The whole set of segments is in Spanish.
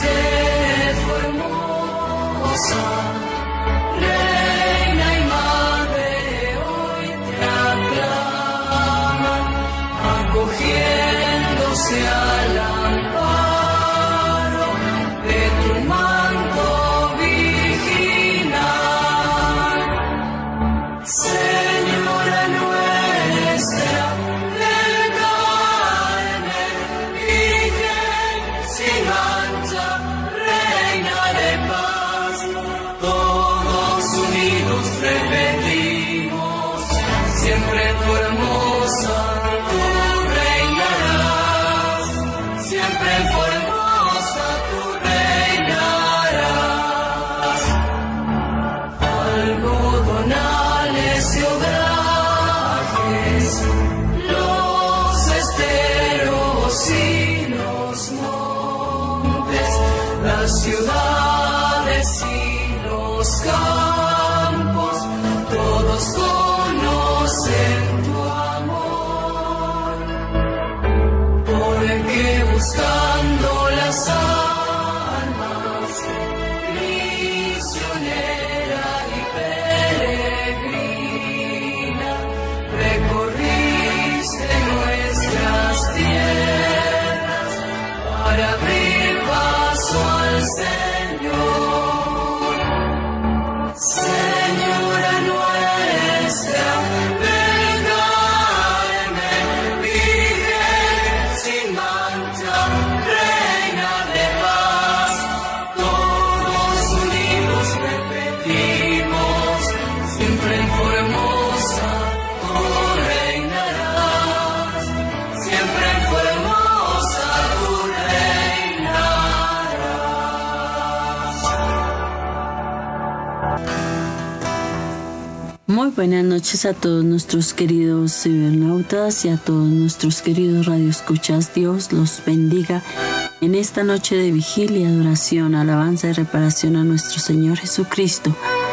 Muy buenas noches a todos nuestros queridos cibernautas y a todos nuestros queridos radioescuchas. Dios los bendiga en esta noche de vigilia, adoración, alabanza y reparación a nuestro Señor Jesucristo,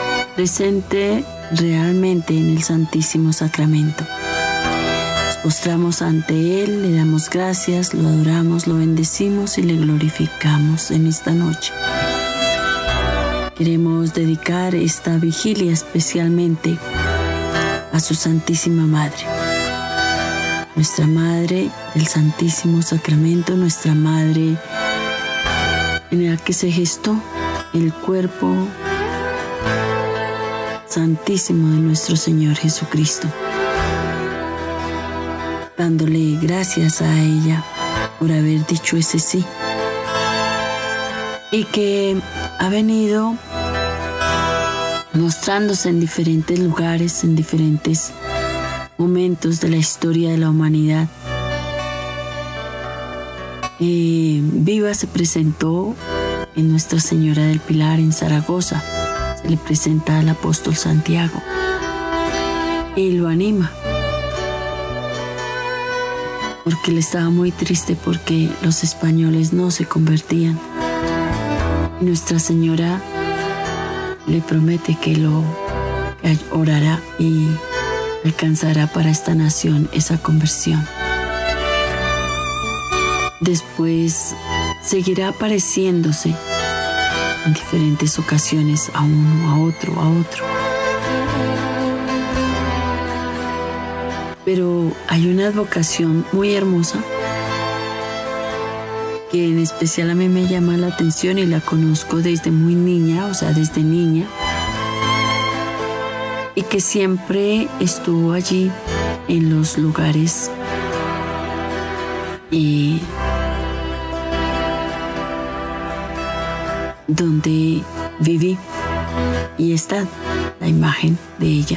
presente realmente en el Santísimo Sacramento. Nos postramos ante Él, le damos gracias, lo adoramos, lo bendecimos y le glorificamos en esta noche. Queremos dedicar esta vigilia especialmente a su Santísima Madre, nuestra Madre del Santísimo Sacramento, nuestra Madre en la que se gestó el cuerpo santísimo de nuestro Señor Jesucristo, dándole gracias a ella por haber dicho ese sí, y que ha venido mostrándose en diferentes lugares, en diferentes momentos de la historia de la humanidad. Viva se presentó en Nuestra Señora del Pilar en Zaragoza. Se le presenta al apóstol Santiago y lo anima, porque él estaba muy triste porque los españoles no se convertían. Nuestra Señora le promete que orará y alcanzará para esta nación esa conversión. Después seguirá apareciéndose en diferentes ocasiones a uno, a otro, a otro. Pero hay una advocación muy hermosa que en especial a mí me llama la atención y la conozco desde muy niña, o sea, desde niña, y que siempre estuvo allí en los lugares donde viví, y está la imagen de ella.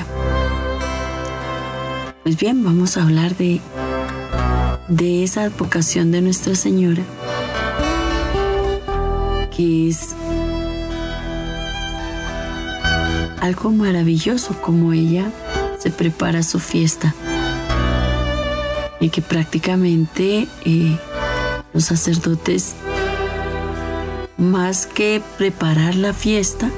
Pues bien, vamos a hablar de esa advocación de Nuestra Señora, que es algo maravilloso, como ella se prepara su fiesta, y que prácticamente los sacerdotes, más que preparar la fiesta,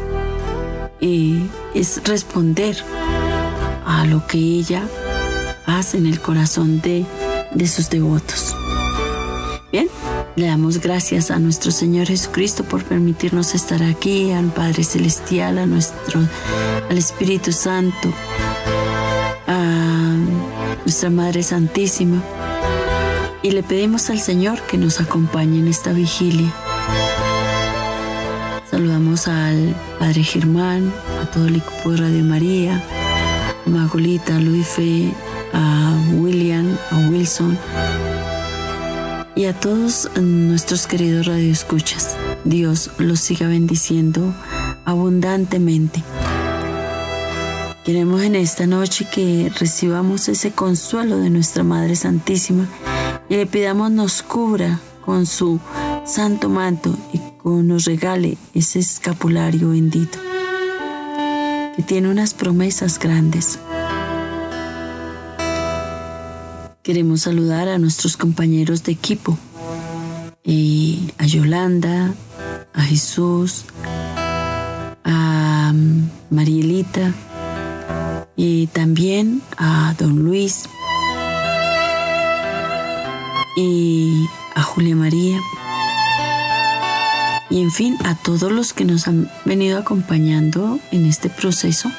es responder a lo que ella hace en el corazón de sus devotos. Bien, Le damos gracias a nuestro Señor Jesucristo por permitirnos estar aquí, al Padre Celestial, al Espíritu Santo, a nuestra Madre Santísima. Y le pedimos al Señor que nos acompañe en esta vigilia. Saludamos al Padre Germán, a todo el equipo de Radio María, a Magolita, a Luife, a William, a Wilson y a todos nuestros queridos radioescuchas. Dios los siga bendiciendo abundantemente. Queremos en esta noche que recibamos ese consuelo de nuestra Madre Santísima y le pidamos nos cubra con su santo manto y nos regale ese escapulario bendito que tiene unas promesas grandes. Queremos saludar a nuestros compañeros de equipo, a Yolanda, a Jesús, a Marielita y también a Don Luis y a Julia María y en fin a todos los que nos han venido acompañando en este proceso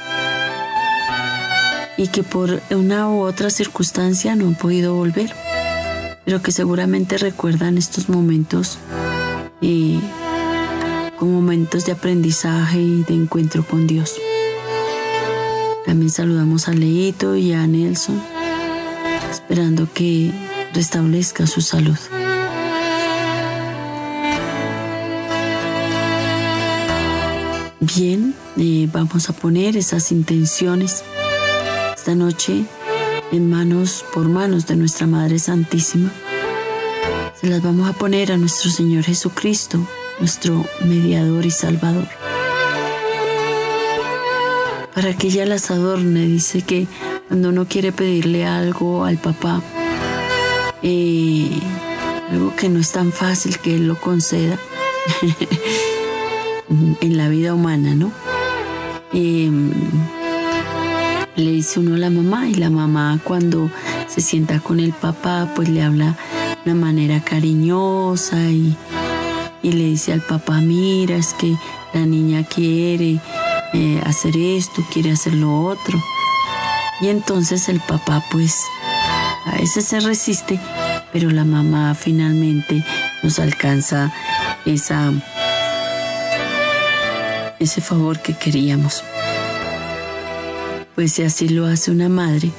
y que por una u otra circunstancia no han podido volver, pero que seguramente recuerdan estos momentos como momentos de aprendizaje y de encuentro con Dios. También saludamos a Leito y a Nelson, esperando que restablezca su salud. Bien, vamos a poner esas intenciones esta noche en manos de nuestra Madre Santísima. Se las vamos a poner a nuestro Señor Jesucristo, nuestro mediador y salvador, para que ella las adorne. Dice que cuando uno quiere pedirle algo al papá, algo que no es tan fácil que Él lo conceda en la vida humana, ¿no? Le dice uno a la mamá, y la mamá cuando se sienta con el papá pues le habla de una manera cariñosa y le dice al papá: mira, es que la niña quiere hacer esto, quiere hacer lo otro. Y entonces el papá pues a veces se resiste, pero la mamá finalmente nos alcanza ese favor que queríamos. Pues si así lo hace una madre,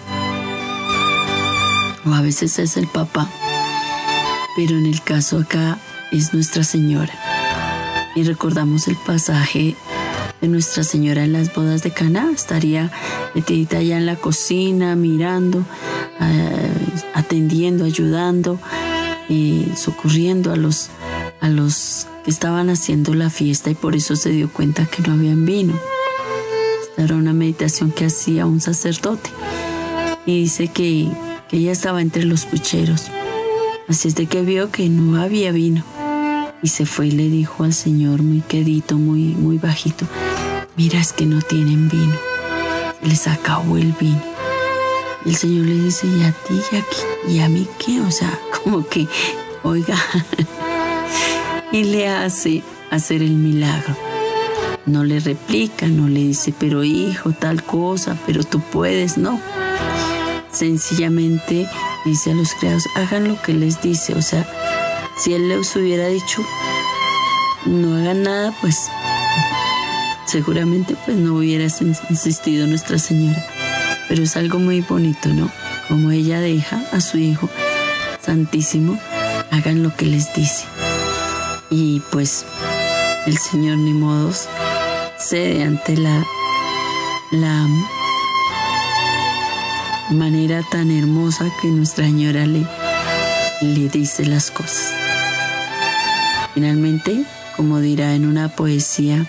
o a veces es el papá, pero en el caso acá es Nuestra Señora. Y recordamos el pasaje de Nuestra Señora en las bodas de Caná. Estaría metidita allá en la cocina, mirando, atendiendo, ayudando, socorriendo a los que estaban haciendo la fiesta, y por eso se dio cuenta que no habían vino. Era una meditación que hacía un sacerdote y dice que ella estaba entre los pucheros. Así es de que vio que no había vino y se fue y le dijo al Señor muy quedito, muy, muy bajito: mira, es que no tienen vino, se les acabó el vino. Y el Señor le dice: ¿y a ti y a mí qué? O sea, como que, oiga, y le hace hacer el milagro. No le replica, no le dice: pero hijo, tal cosa, pero tú puedes, no. Sencillamente dice a los criados: hagan lo que les dice. O sea, si Él les hubiera dicho: no hagan nada, pues seguramente pues no hubiera insistido Nuestra Señora. Pero es algo muy bonito, ¿no? Como ella deja a su Hijo Santísimo, hagan lo que les dice. Y pues el Señor, ni modos, cede ante la manera tan hermosa que Nuestra Señora le dice las cosas. Finalmente, como dirá en una poesía,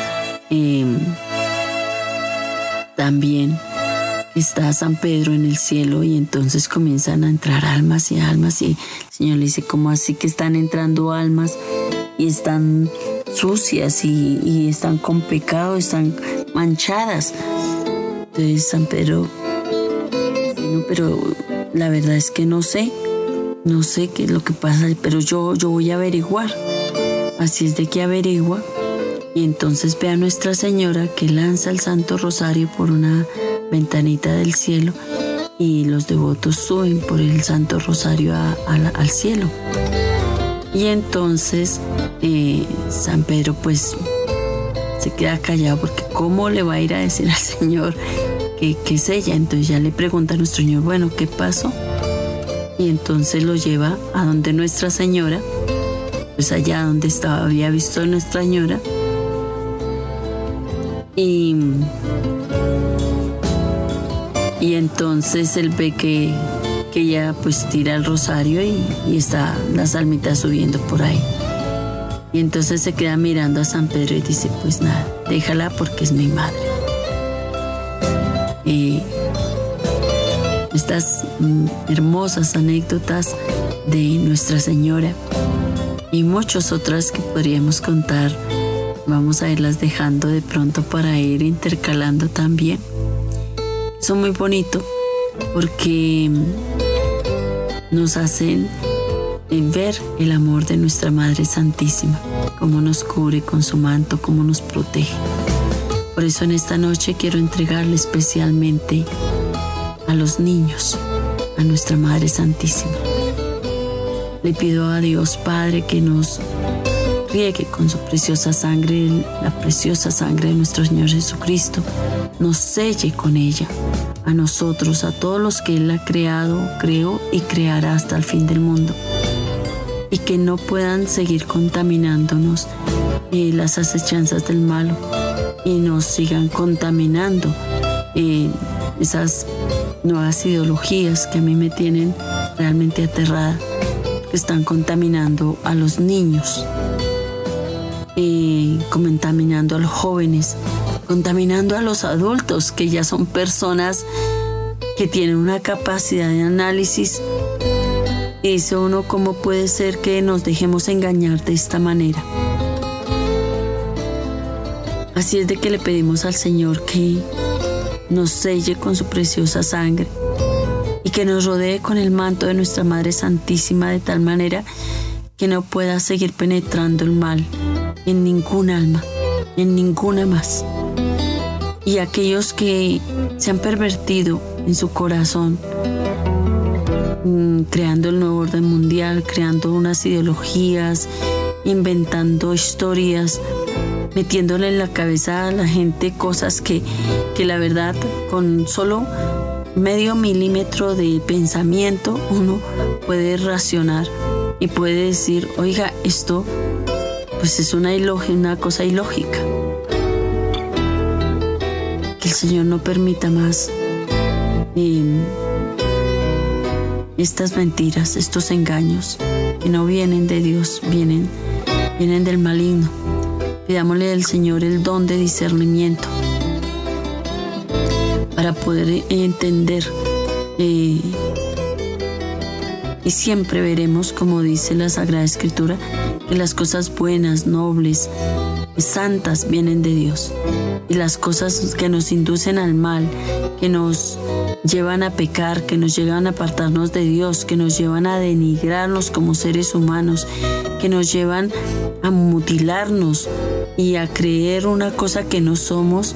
también está San Pedro en el cielo, y entonces comienzan a entrar almas y almas, y el Señor le dice: ¿cómo así que están entrando almas y están sucias y están con pecado, están manchadas? Entonces San Pedro dice: no, pero la verdad es que no sé, no sé qué es lo que pasa, pero yo voy a averiguar. Así es de que averigua y entonces ve a Nuestra Señora que lanza el Santo Rosario por una ventanita del cielo y los devotos suben por el Santo Rosario al cielo. Y entonces San Pedro pues se queda callado porque ¿cómo le va a ir a decir al Señor que es ella? Entonces ya le pregunta a nuestro Señor, bueno, ¿qué pasó? Y entonces lo lleva a donde Nuestra Señora, pues allá donde había visto a Nuestra Señora, y entonces él ve que ella pues tira el rosario y está las almitas subiendo por ahí. Y entonces se queda mirando a San Pedro y dice, pues nada, déjala porque es mi madre. Estas hermosas anécdotas de Nuestra Señora y muchas otras que podríamos contar, vamos a irlas dejando de pronto para ir intercalando también. Son muy bonitos porque nos hacen ver el amor de nuestra Madre Santísima, cómo nos cubre con su manto, cómo nos protege. Por eso en esta noche quiero entregarle especialmente a los niños, a nuestra Madre Santísima. Le pido a Dios Padre que nos riegue con su preciosa sangre, la preciosa sangre de nuestro Señor Jesucristo, nos selle con ella, a nosotros, a todos los que Él ha creado, creó y creará hasta el fin del mundo, y que no puedan seguir contaminándonos las acechanzas del malo y nos sigan contaminando esas nuevas ideologías que a mí me tienen realmente aterrada, que están contaminando a los niños, contaminando a los jóvenes, contaminando a los adultos, que ya son personas que tienen una capacidad de análisis. Y dice uno, ¿cómo puede ser que nos dejemos engañar de esta manera? Así es de que le pedimos al Señor que nos selle con su preciosa sangre y que nos rodee con el manto de nuestra Madre Santísima, de tal manera que no pueda seguir penetrando el mal en ningún alma, en ninguna más. Y aquellos que se han pervertido en su corazón, creando el nuevo orden mundial, creando unas ideologías, inventando historias, metiéndole en la cabeza a la gente cosas que la verdad, con solo medio milímetro de pensamiento, uno puede racionar y puede decir, oiga, esto pues es una cosa ilógica. Que el Señor no permita más estas mentiras, estos engaños que no vienen de Dios, vienen del maligno. Pidámosle al Señor el don de discernimiento para poder entender, y siempre veremos, como dice la Sagrada Escritura, que las cosas buenas, nobles, santas vienen de Dios, y las cosas que nos inducen al mal, que nos llevan a pecar, que nos llevan a apartarnos de Dios, que nos llevan a denigrarnos como seres humanos, que nos llevan a mutilarnos y a creer una cosa que no somos,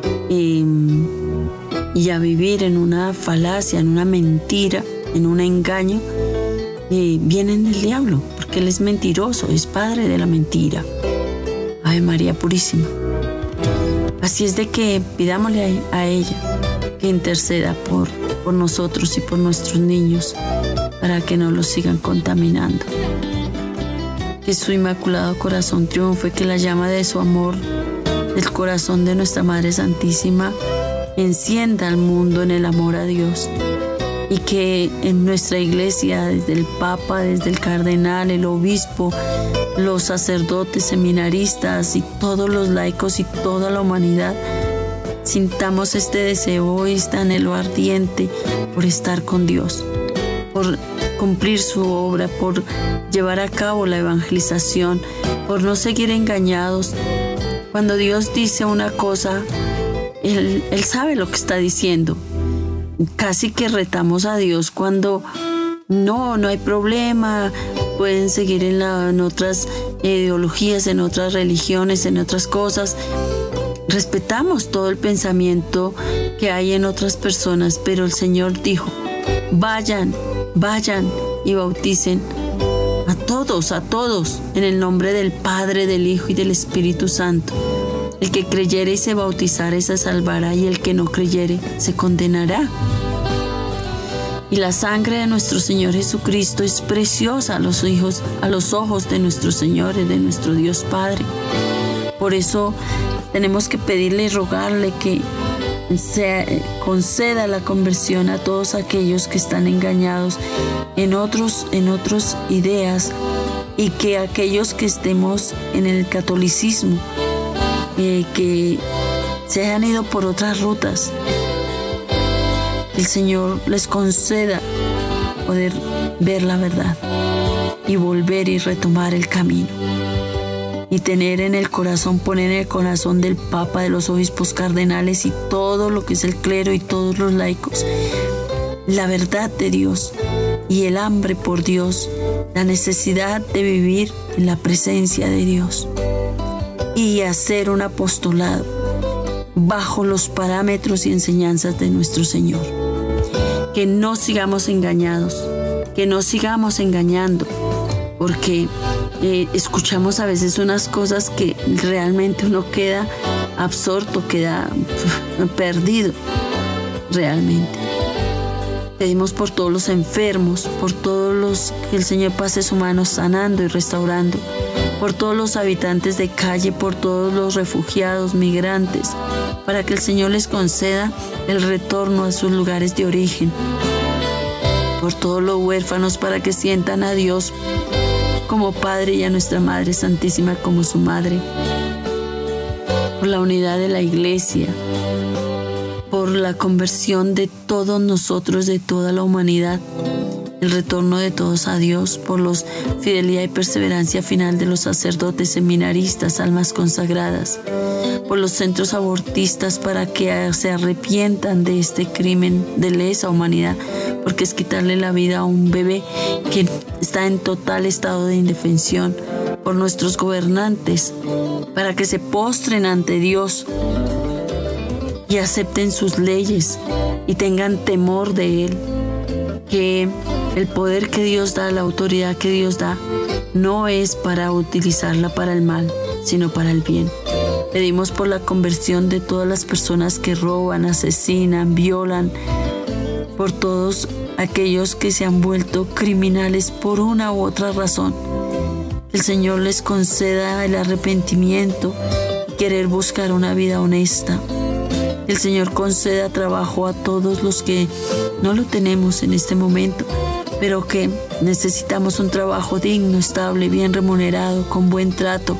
y a vivir en una falacia, en una mentira, en un engaño, vienen del diablo, porque Él es mentiroso, es padre de la mentira. Ave María Purísima. Así es de que pidámosle a ella que interceda por nosotros y por nuestros niños, para que no los sigan contaminando. Que su Inmaculado Corazón triunfe, que la llama de su amor, del corazón de nuestra Madre Santísima, encienda al mundo en el amor a Dios, y que en nuestra iglesia, desde el Papa, desde el Cardenal, el Obispo, los sacerdotes, seminaristas y todos los laicos y toda la humanidad, sintamos este deseo y este anhelo ardiente por estar con Dios, por cumplir su obra, por llevar a cabo la evangelización, por no seguir engañados. Cuando Dios dice una cosa, Él sabe lo que está diciendo. Casi que retamos a Dios cuando no hay problema, pueden seguir en otras ideologías, en otras religiones, en otras cosas. Respetamos todo el pensamiento que hay en otras personas, pero el Señor dijo, vayan y bauticen a todos, en el nombre del Padre, del Hijo y del Espíritu Santo. El que creyere y se bautizare se salvará, y el que no creyere se condenará. Y la sangre de nuestro Señor Jesucristo es preciosa a los ojos de nuestro Señor y de nuestro Dios Padre. Por eso tenemos que pedirle y rogarle que se conceda la conversión a todos aquellos que están engañados en otros ideas, y que aquellos que estemos en el catolicismo, que se hayan ido por otras rutas, el Señor les conceda poder ver la verdad y volver y retomar el camino. Y poner en el corazón del Papa, de los obispos cardenales y todo lo que es el clero y todos los laicos, la verdad de Dios y el hambre por Dios, la necesidad de vivir en la presencia de Dios y hacer un apostolado bajo los parámetros y enseñanzas de nuestro Señor. Que no sigamos engañados, que no sigamos engañando, porque escuchamos a veces unas cosas que realmente uno queda absorto, queda perdido realmente. Pedimos por todos los enfermos, por todos los que el Señor pase su mano sanando y restaurando, por todos los habitantes de calle, por todos los refugiados, migrantes, para que el Señor les conceda el retorno a sus lugares de origen, por todos los huérfanos, para que sientan a Dios como Padre y a nuestra Madre Santísima como su Madre, por la unidad de la Iglesia, por la conversión de todos nosotros, de toda la humanidad, el retorno de todos a Dios, por la fidelidad y perseverancia final de los sacerdotes, seminaristas, almas consagradas, por los centros abortistas, para que se arrepientan de este crimen de lesa humanidad, porque es quitarle la vida a un bebé que está en total estado de indefensión, por nuestros gobernantes, para que se postren ante Dios y acepten sus leyes y tengan temor de Él, que el poder que Dios da, la autoridad que Dios da, no es para utilizarla para el mal, sino para el bien. Pedimos por la conversión de todas las personas que roban, asesinan, violan, por todos aquellos que se han vuelto criminales por una u otra razón. El Señor les conceda el arrepentimiento y querer buscar una vida honesta. El Señor conceda trabajo a todos los que no lo tenemos en este momento, pero que necesitamos un trabajo digno, estable, bien remunerado, con buen trato,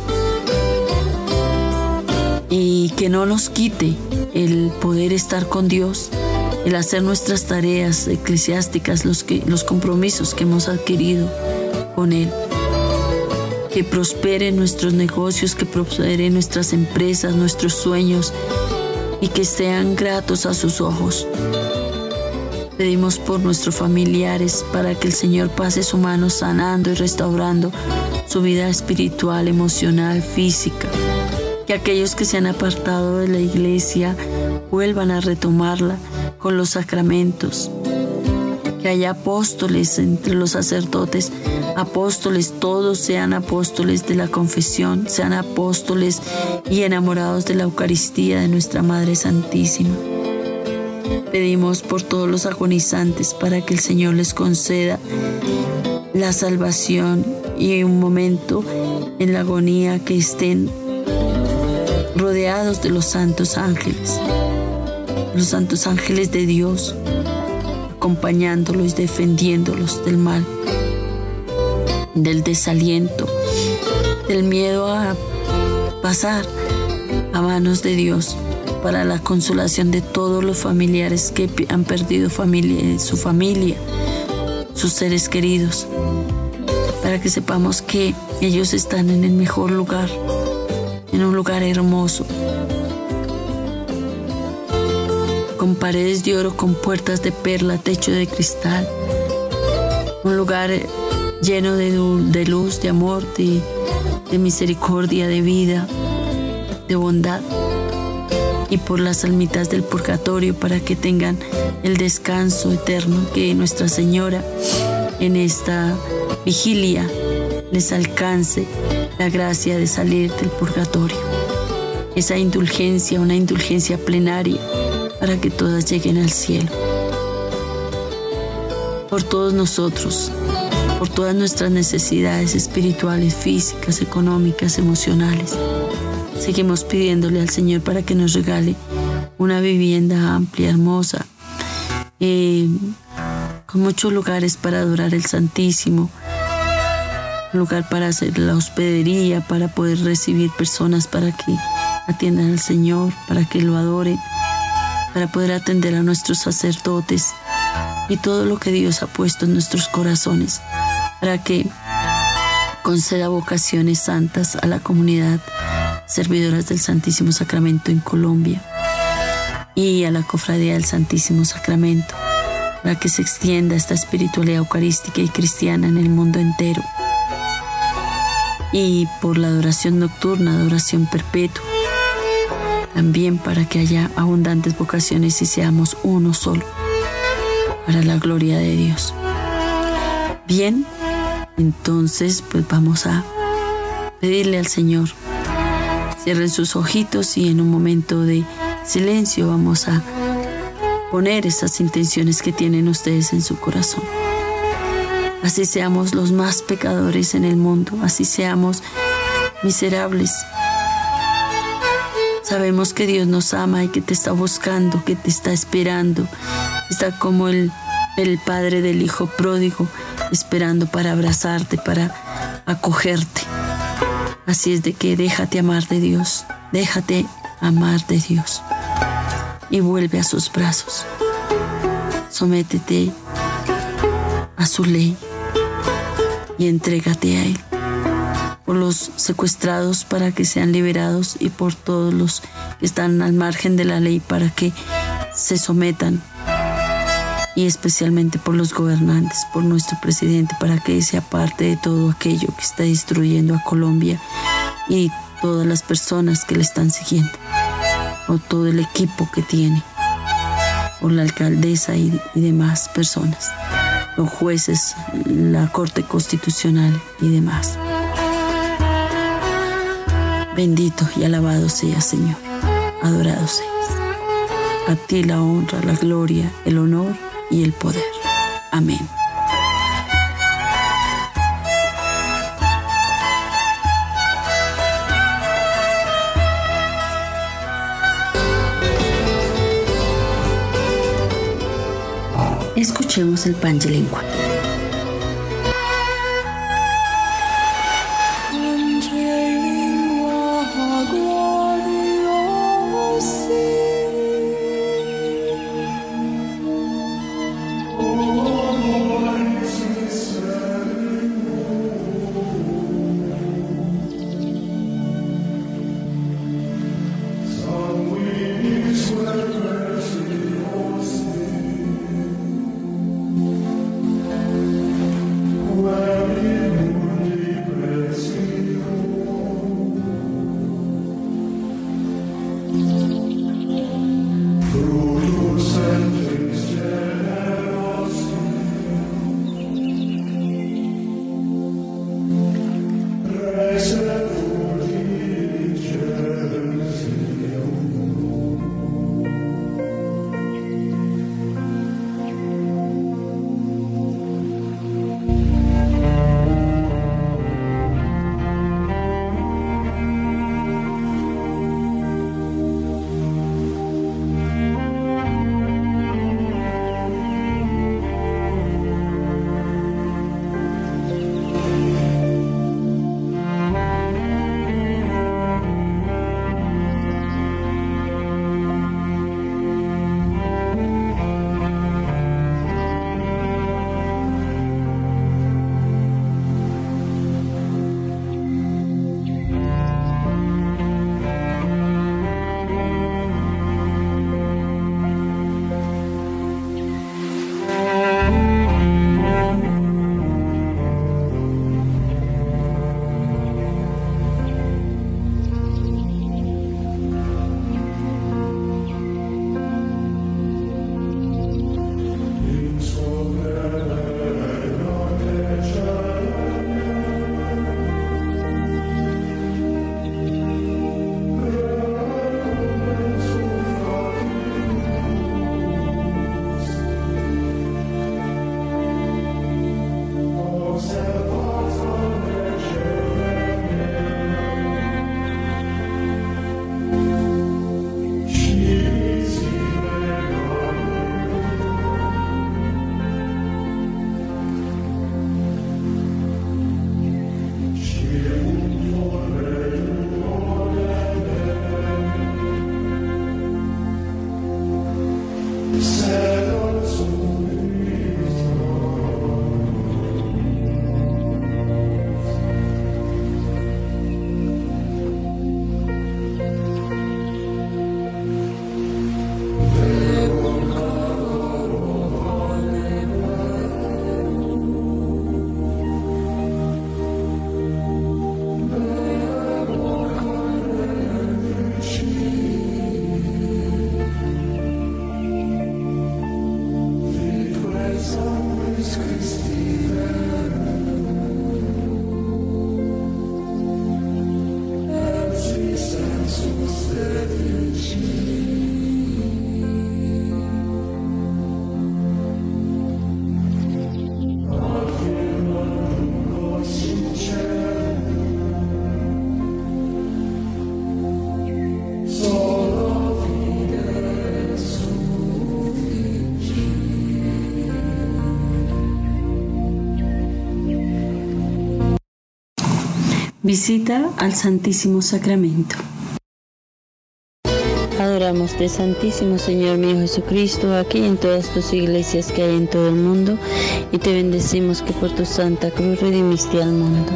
y que no nos quite el poder estar con Dios, el hacer nuestras tareas eclesiásticas, los compromisos que hemos adquirido con Él. Que prosperen nuestros negocios, que prosperen nuestras empresas, nuestros sueños, y que sean gratos a sus ojos. Pedimos por nuestros familiares, para que el Señor pase su mano sanando y restaurando su vida espiritual, emocional, física. Que aquellos que se han apartado de la iglesia vuelvan a retomarla con los sacramentos. Que haya apóstoles entre los sacerdotes, apóstoles, todos sean apóstoles de la confesión, sean apóstoles y enamorados de la Eucaristía de nuestra Madre Santísima. Pedimos por todos los agonizantes, para que el Señor les conceda la salvación y un momento en la agonía que estén rodeados de los santos ángeles de Dios, acompañándolos, defendiéndolos del mal, del desaliento, del miedo a pasar a manos de Dios, para la consolación de todos los familiares que han perdido su familia, sus seres queridos, para que sepamos que ellos están en el mejor lugar, en un lugar hermoso, con paredes de oro, con puertas de perla, techo de cristal, un lugar lleno de luz, de amor, de misericordia, de vida, de bondad, y por las almitas del purgatorio, para que tengan el descanso eterno, que Nuestra Señora en esta vigilia les alcance la gracia de salir del purgatorio, esa indulgencia, una indulgencia plenaria, para que todas lleguen al cielo. Por todos nosotros, por todas nuestras necesidades espirituales, físicas, económicas, emocionales, seguimos pidiéndole al Señor para que nos regale una vivienda amplia, hermosa, con muchos lugares para adorar el Santísimo, un lugar para hacer la hospedería, para poder recibir personas para que atiendan al Señor, para que lo adoren, para poder atender a nuestros sacerdotes y todo lo que Dios ha puesto en nuestros corazones, para que conceda vocaciones santas a la comunidad servidoras del Santísimo Sacramento en Colombia y a la Cofradía del Santísimo Sacramento, para que se extienda esta espiritualidad eucarística y cristiana en el mundo entero, y por la adoración nocturna, adoración perpetua, también para que haya abundantes vocaciones y seamos uno solo, para la gloria de Dios. Bien, entonces pues vamos a pedirle al Señor. Cierren sus ojitos y en un momento de silencio vamos a poner esas intenciones que tienen ustedes en su corazón. Así seamos los más pecadores en el mundo, así seamos miserables. Sabemos que Dios nos ama y que te está buscando, que te está esperando. Está como el padre del hijo pródigo, esperando para abrazarte, para acogerte. Así es de que déjate amar de Dios, déjate amar de Dios y vuelve a sus brazos. Sométete a su ley y entrégate a Él. Por los secuestrados para que sean liberados y por todos los que están al margen de la ley para que se sometan, y especialmente por los gobernantes, por nuestro presidente, para que se aparte de todo aquello que está destruyendo a Colombia y todas las personas que le están siguiendo, o todo el equipo que tiene, o la alcaldesa y demás personas, los jueces, la Corte Constitucional y demás. Bendito y alabado seas, Señor, adorado seas. A ti la honra, la gloria, el honor y el poder. Amén. Escuchemos el Pange Lingua. Visita al Santísimo Sacramento. Adoramos de Santísimo Señor mío Jesucristo, aquí en todas tus iglesias que hay en todo el mundo, y te bendecimos que por tu Santa Cruz redimiste al mundo.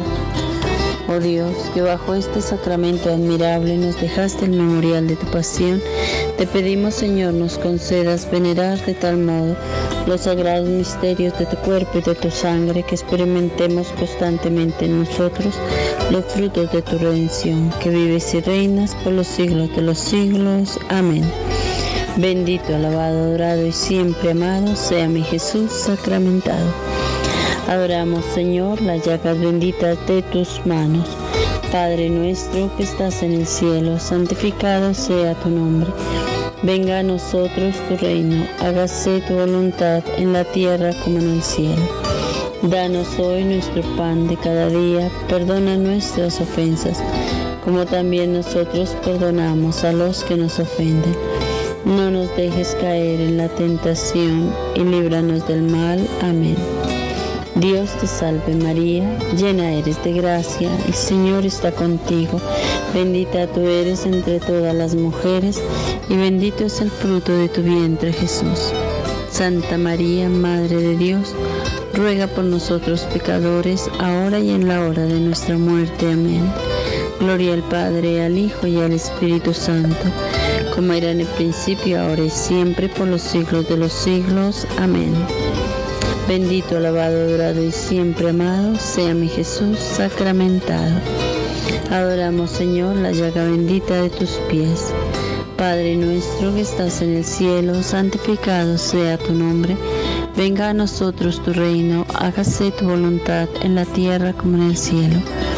Oh Dios, que bajo este sacramento admirable nos dejaste el memorial de tu pasión, te pedimos, Señor, nos concedas venerar de tal modo los sagrados misterios de tu cuerpo y de tu sangre, que experimentemos constantemente en nosotros los frutos de tu redención, que vives y reinas por los siglos de los siglos. Amén. Bendito, alabado, adorado y siempre amado sea mi Jesús sacramentado. Adoramos, Señor, las llagas benditas de tus manos. Padre nuestro que estás en el cielo, santificado sea tu nombre. Venga a nosotros tu reino, hágase tu voluntad en la tierra como en el cielo. Danos hoy nuestro pan de cada día, perdona nuestras ofensas, como también nosotros perdonamos a los que nos ofenden. No nos dejes caer en la tentación y líbranos del mal. Amén. Dios te salve María, llena eres de gracia, el Señor está contigo, bendita tú eres entre todas las mujeres, y bendito es el fruto de tu vientre Jesús. Santa María, Madre de Dios, ruega por nosotros pecadores, ahora y en la hora de nuestra muerte. Amén. Gloria al Padre, al Hijo y al Espíritu Santo, como era en el principio, ahora y siempre, por los siglos de los siglos. Amén. Bendito, alabado, adorado y siempre amado sea mi Jesús sacramentado. Adoramos, Señor, la llaga bendita de tus pies. Padre nuestro que estás en el cielo, santificado sea tu nombre. Venga a nosotros tu reino, hágase tu voluntad en la tierra como en el cielo.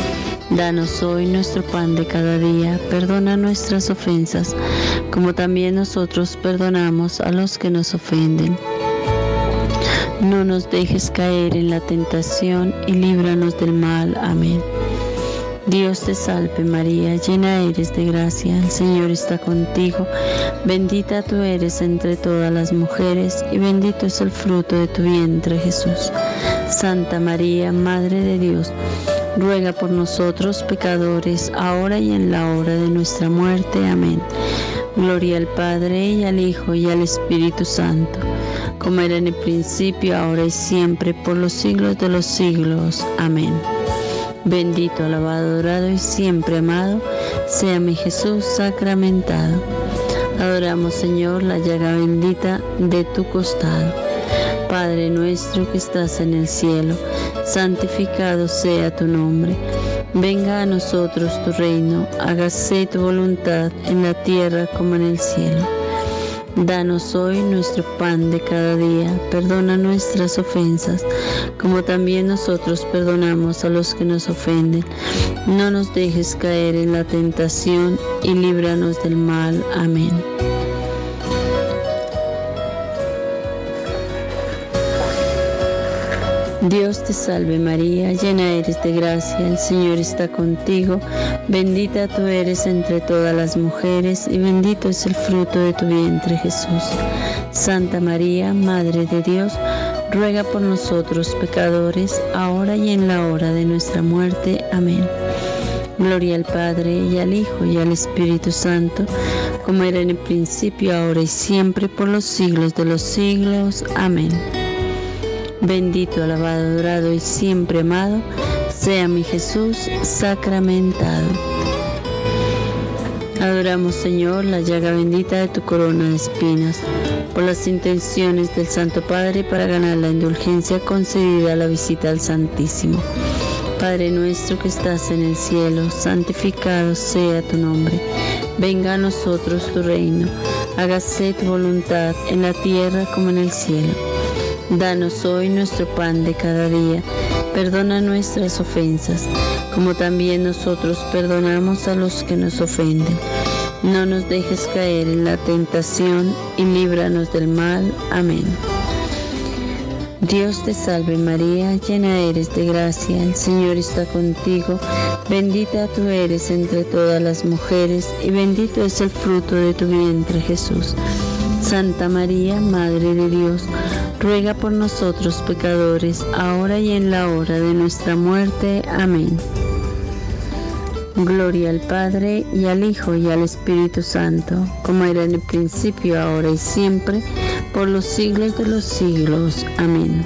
Danos hoy nuestro pan de cada día, perdona nuestras ofensas, como también nosotros perdonamos a los que nos ofenden. No nos dejes caer en la tentación y líbranos del mal. Amén. Dios te salve María, llena eres de gracia, el Señor está contigo, bendita tú eres entre todas las mujeres y bendito es el fruto de tu vientre Jesús. Santa María, Madre de Dios, ruega por nosotros pecadores, ahora y en la hora de nuestra muerte. Amén. Gloria al Padre y al Hijo y al Espíritu Santo, como era en el principio, ahora y siempre, por los siglos de los siglos. Amén. Bendito, alabado, adorado y siempre amado sea mi Jesús sacramentado. Adoramos, Señor, la llaga bendita de tu costado. Padre nuestro que estás en el cielo, santificado sea tu nombre. Venga a nosotros tu reino, hágase tu voluntad en la tierra como en el cielo. Danos hoy nuestro pan de cada día, perdona nuestras ofensas, como también nosotros perdonamos a los que nos ofenden. No nos dejes caer en la tentación y líbranos del mal. Amén. Dios te salve María, llena eres de gracia, el Señor está contigo, bendita tú eres entre todas las mujeres y bendito es el fruto de tu vientre Jesús. Santa María, Madre de Dios, ruega por nosotros pecadores, ahora y en la hora de nuestra muerte. Amén. Gloria al Padre y al Hijo y al Espíritu Santo, como era en el principio, ahora y siempre, por los siglos de los siglos. Amén. Bendito, alabado, adorado y siempre amado sea mi Jesús sacramentado. Adoramos, Señor, la llaga bendita de tu corona de espinas, por las intenciones del Santo Padre para ganar la indulgencia concedida a la visita al Santísimo. Padre nuestro que estás en el cielo, santificado sea tu nombre. Venga a nosotros tu reino, hágase tu voluntad en la tierra como en el cielo. Danos hoy nuestro pan de cada día, perdona nuestras ofensas, como también nosotros perdonamos a los que nos ofenden. No nos dejes caer en la tentación y líbranos del mal. Amén. Dios te salve María, llena eres de gracia, el Señor está contigo, bendita tú eres entre todas las mujeres y bendito es el fruto de tu vientre Jesús. Santa María, Madre de Dios, ruega por nosotros pecadores, ahora y en la hora de nuestra muerte. Amén. Gloria al Padre, y al Hijo, y al Espíritu Santo, como era en el principio, ahora y siempre, por los siglos de los siglos. Amén.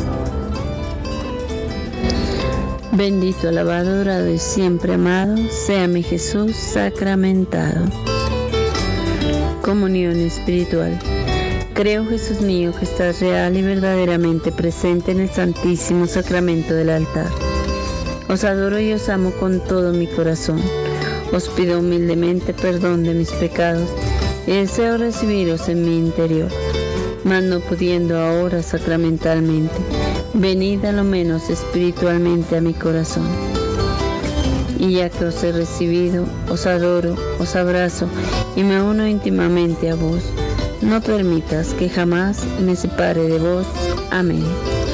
Bendito, alabado, adorado y siempre amado, sea mi Jesús sacramentado. Comunión espiritual. Creo, Jesús mío, que estás real y verdaderamente presente en el Santísimo Sacramento del altar. Os adoro y os amo con todo mi corazón. Os pido humildemente perdón de mis pecados y deseo recibiros en mi interior. Mas no pudiendo ahora sacramentalmente, venid a lo menos espiritualmente a mi corazón. Y ya que os he recibido, os adoro, os abrazo y me uno íntimamente a vos. No permitas que jamás me separe de vos. Amén.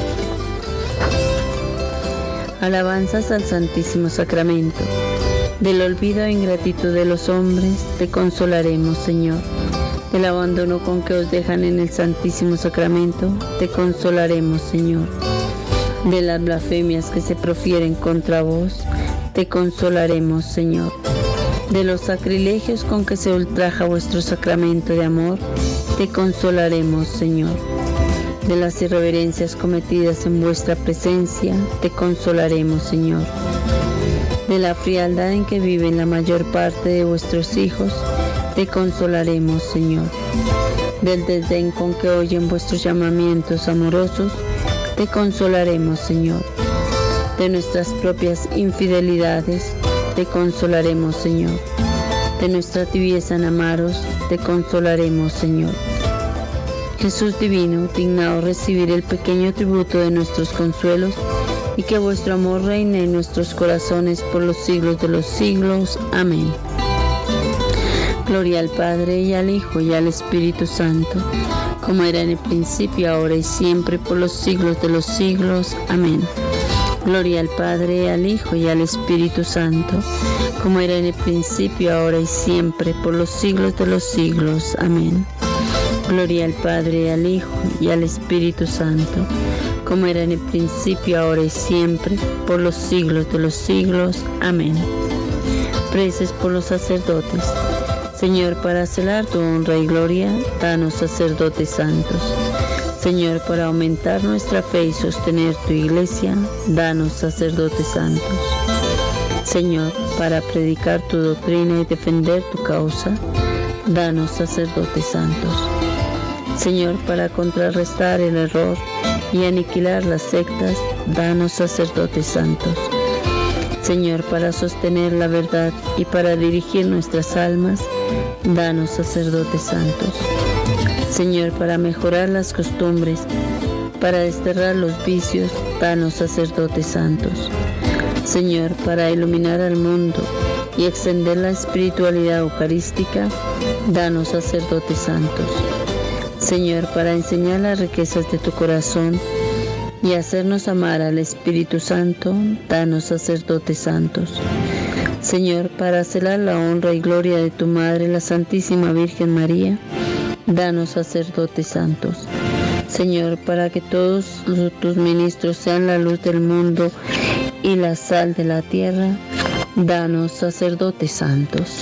Alabanzas al Santísimo Sacramento. Del olvido e ingratitud de los hombres te consolaremos, Señor. Del abandono con que os dejan en el Santísimo Sacramento te consolaremos, Señor. De las blasfemias que se profieren contra vos te consolaremos, Señor. De los sacrilegios con que se ultraja vuestro sacramento de amor te consolaremos, Señor. De las irreverencias cometidas en vuestra presencia, te consolaremos, Señor. De la frialdad en que viven la mayor parte de vuestros hijos, te consolaremos, Señor. Del desdén con que oyen vuestros llamamientos amorosos, te consolaremos, Señor. De nuestras propias infidelidades, te consolaremos, Señor. De nuestra tibieza en amaros, te consolaremos, Señor. Jesús divino, dignaos recibir el pequeño tributo de nuestros consuelos y que vuestro amor reine en nuestros corazones por los siglos de los siglos. Amén. Gloria al Padre, y al Hijo, y al Espíritu Santo, como era en el principio, ahora y siempre, por los siglos de los siglos. Amén. Gloria al Padre, al Hijo, y al Espíritu Santo, como era en el principio, ahora y siempre, por los siglos de los siglos. Amén. Gloria al Padre, al Hijo, y al Espíritu Santo, como era en el principio, ahora y siempre, por los siglos de los siglos. Amén. Preces por los sacerdotes. Señor, para celar tu honra y gloria, danos sacerdotes santos. Señor, para aumentar nuestra fe y sostener tu iglesia, danos sacerdotes santos. Señor, para predicar tu doctrina y defender tu causa, danos sacerdotes santos. Señor, para contrarrestar el error y aniquilar las sectas, danos sacerdotes santos. Señor, para sostener la verdad y para dirigir nuestras almas, danos sacerdotes santos. Señor, para mejorar las costumbres, para desterrar los vicios, danos sacerdotes santos. Señor, para iluminar al mundo y extender la espiritualidad eucarística, danos sacerdotes santos. Señor, para enseñar las riquezas de tu corazón y hacernos amar al Espíritu Santo, danos sacerdotes santos. Señor, para celar la honra y gloria de tu Madre, la Santísima Virgen María, danos sacerdotes santos. Señor, para que todos tus ministros sean la luz del mundo y la sal de la tierra, danos sacerdotes santos.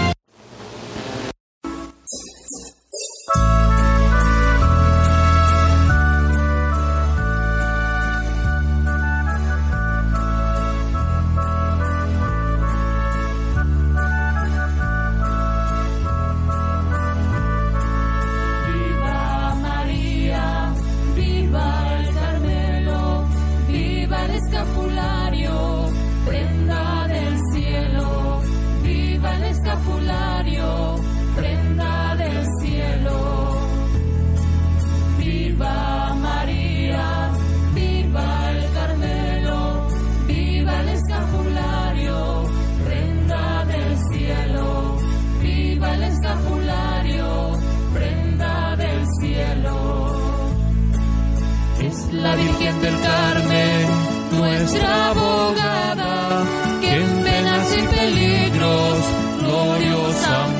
La Virgen del Carmen, nuestra abogada, que en penas y peligros gloriosamente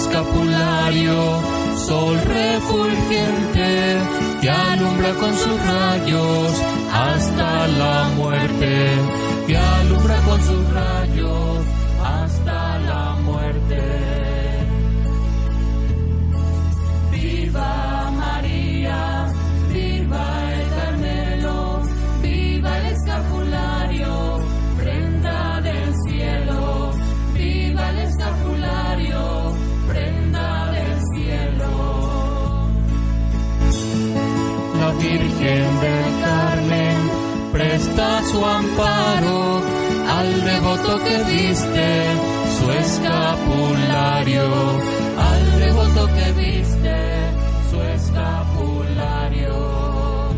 escapulario, sol refulgente que alumbra con sus rayos hasta la muerte, que alumbra con sus rayos hasta la muerte. Viva María, viva el Carmelo, viva el escapulario, prenda del cielo, viva el escapulario, prenda del cielo. La Virgen del Carmen presta su amparo al devoto que viste su escapulario, al devoto que viste su escapulario.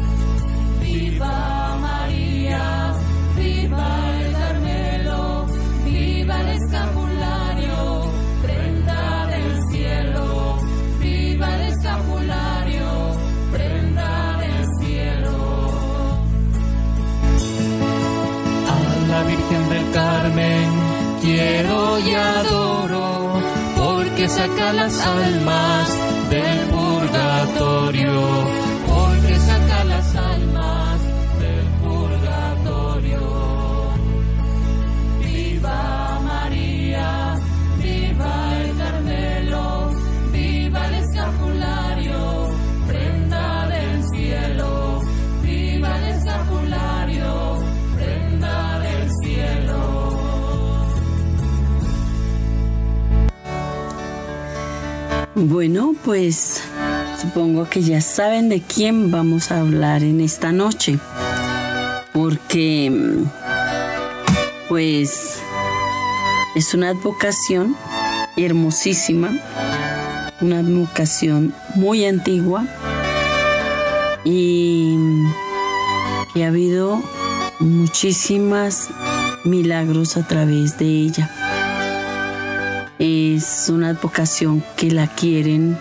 Viva María, viva el Carmelo, viva el escapulario, prenda del cielo, viva el escapulario, prenda del cielo. A la Virgen del Carmen quiero y adoro, porque saca las almas del purgatorio, porque saca las almas del purgatorio. Viva María, viva el Carmelo, viva el escapulario, prenda del cielo, viva el escapulario, prenda del cielo. Bueno, pues supongo que ya saben de quién vamos a hablar en esta noche, porque pues es una advocación hermosísima, una advocación muy antigua y que ha habido muchísimos milagros a través de ella. Es una advocación que la quieren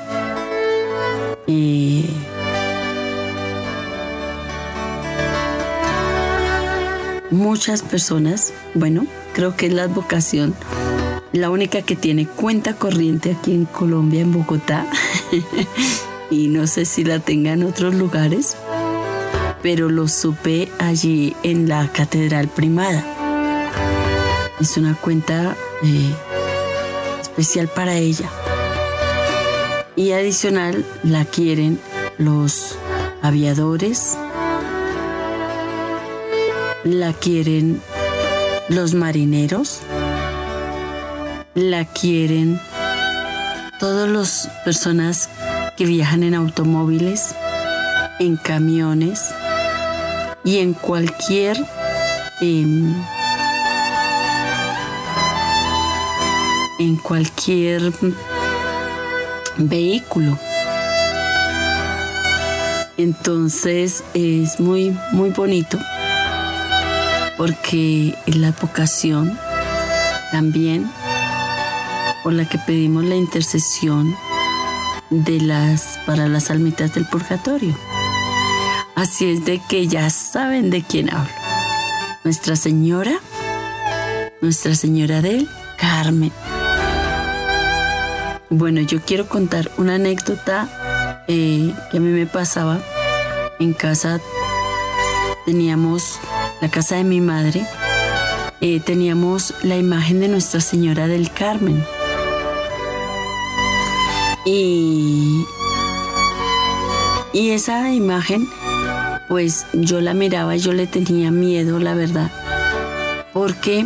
muchas personas. Bueno, creo que es la advocación la única que tiene cuenta corriente aquí en Colombia, en Bogotá. Y no sé si la tenga en otros lugares, pero lo supe allí en la Catedral Primada. Es una cuenta especial para ella, y adicional la quieren los aviadores, la quieren los marineros, la quieren todas las personas que viajan en automóviles, en camiones y en cualquier vehículo. Entonces es muy muy bonito, porque es la advocación también por la que pedimos la intercesión para las almitas del purgatorio. Así es de que ya saben de quién hablo. Nuestra Señora del Carmen. Bueno, yo quiero contar una anécdota que a mí me pasaba en casa. Teníamos la casa de mi madre, teníamos la imagen de Nuestra Señora del Carmen. Y esa imagen, pues yo la miraba y yo le tenía miedo, la verdad, porque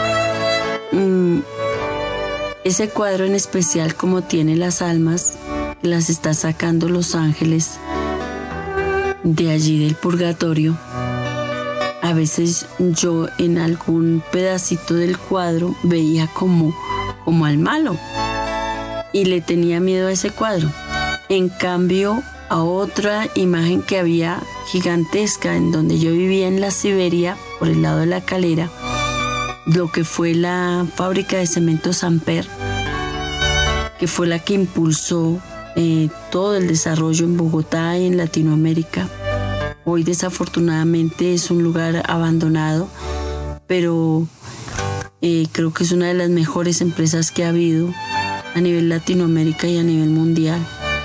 ese cuadro en especial, como tiene las almas, las está sacando los ángeles de allí del purgatorio. A veces yo en algún pedacito del cuadro veía como al malo y le tenía miedo a ese cuadro. En cambio, a otra imagen que había gigantesca en donde yo vivía, en la Siberia, por el lado de la Calera, lo que fue la fábrica de cemento Samper, que fue la que impulsó todo el desarrollo en Bogotá y en Latinoamérica. Hoy desafortunadamente es un lugar abandonado, pero creo que es una de las mejores empresas que ha habido a nivel Latinoamérica y a nivel mundial,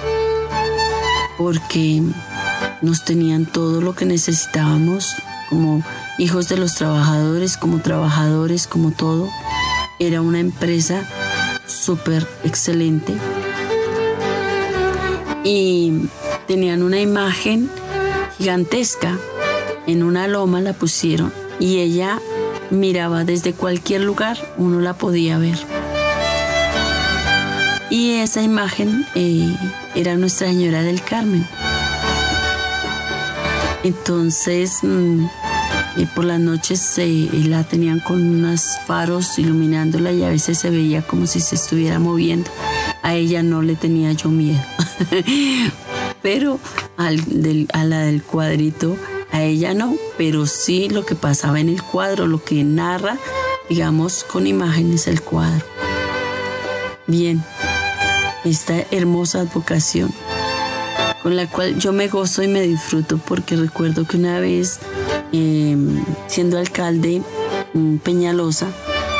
porque nos tenían todo lo que necesitábamos como hijos de los trabajadores, como todo. Era una empresa súper excelente y tenían una imagen gigantesca. En una loma la pusieron y ella miraba desde cualquier lugar, uno la podía ver. Y esa imagen era Nuestra Señora del Carmen. Entonces, por las noches la tenían con unos faros iluminándola y a veces se veía como si se estuviera moviendo. A ella no le tenía yo miedo, pero a la del cuadrito, a ella no, pero sí lo que pasaba en el cuadro, lo que narra, digamos, con imágenes el cuadro. Bien, esta hermosa advocación con la cual yo me gozo y me disfruto, porque recuerdo que una vez, siendo alcalde Peñalosa,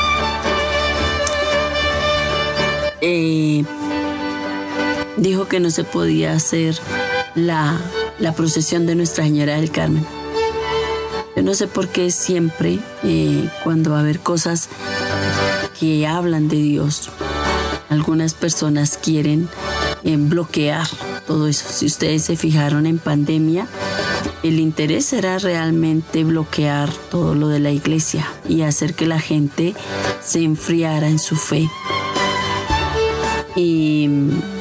dijo que no se podía hacer la procesión de Nuestra Señora del Carmen. Yo no sé por qué siempre, cuando va a haber cosas que hablan de Dios, algunas personas quieren bloquear todo eso. Si ustedes se fijaron en pandemia, el interés era realmente bloquear todo lo de la iglesia y hacer que la gente se enfriara en su fe. Y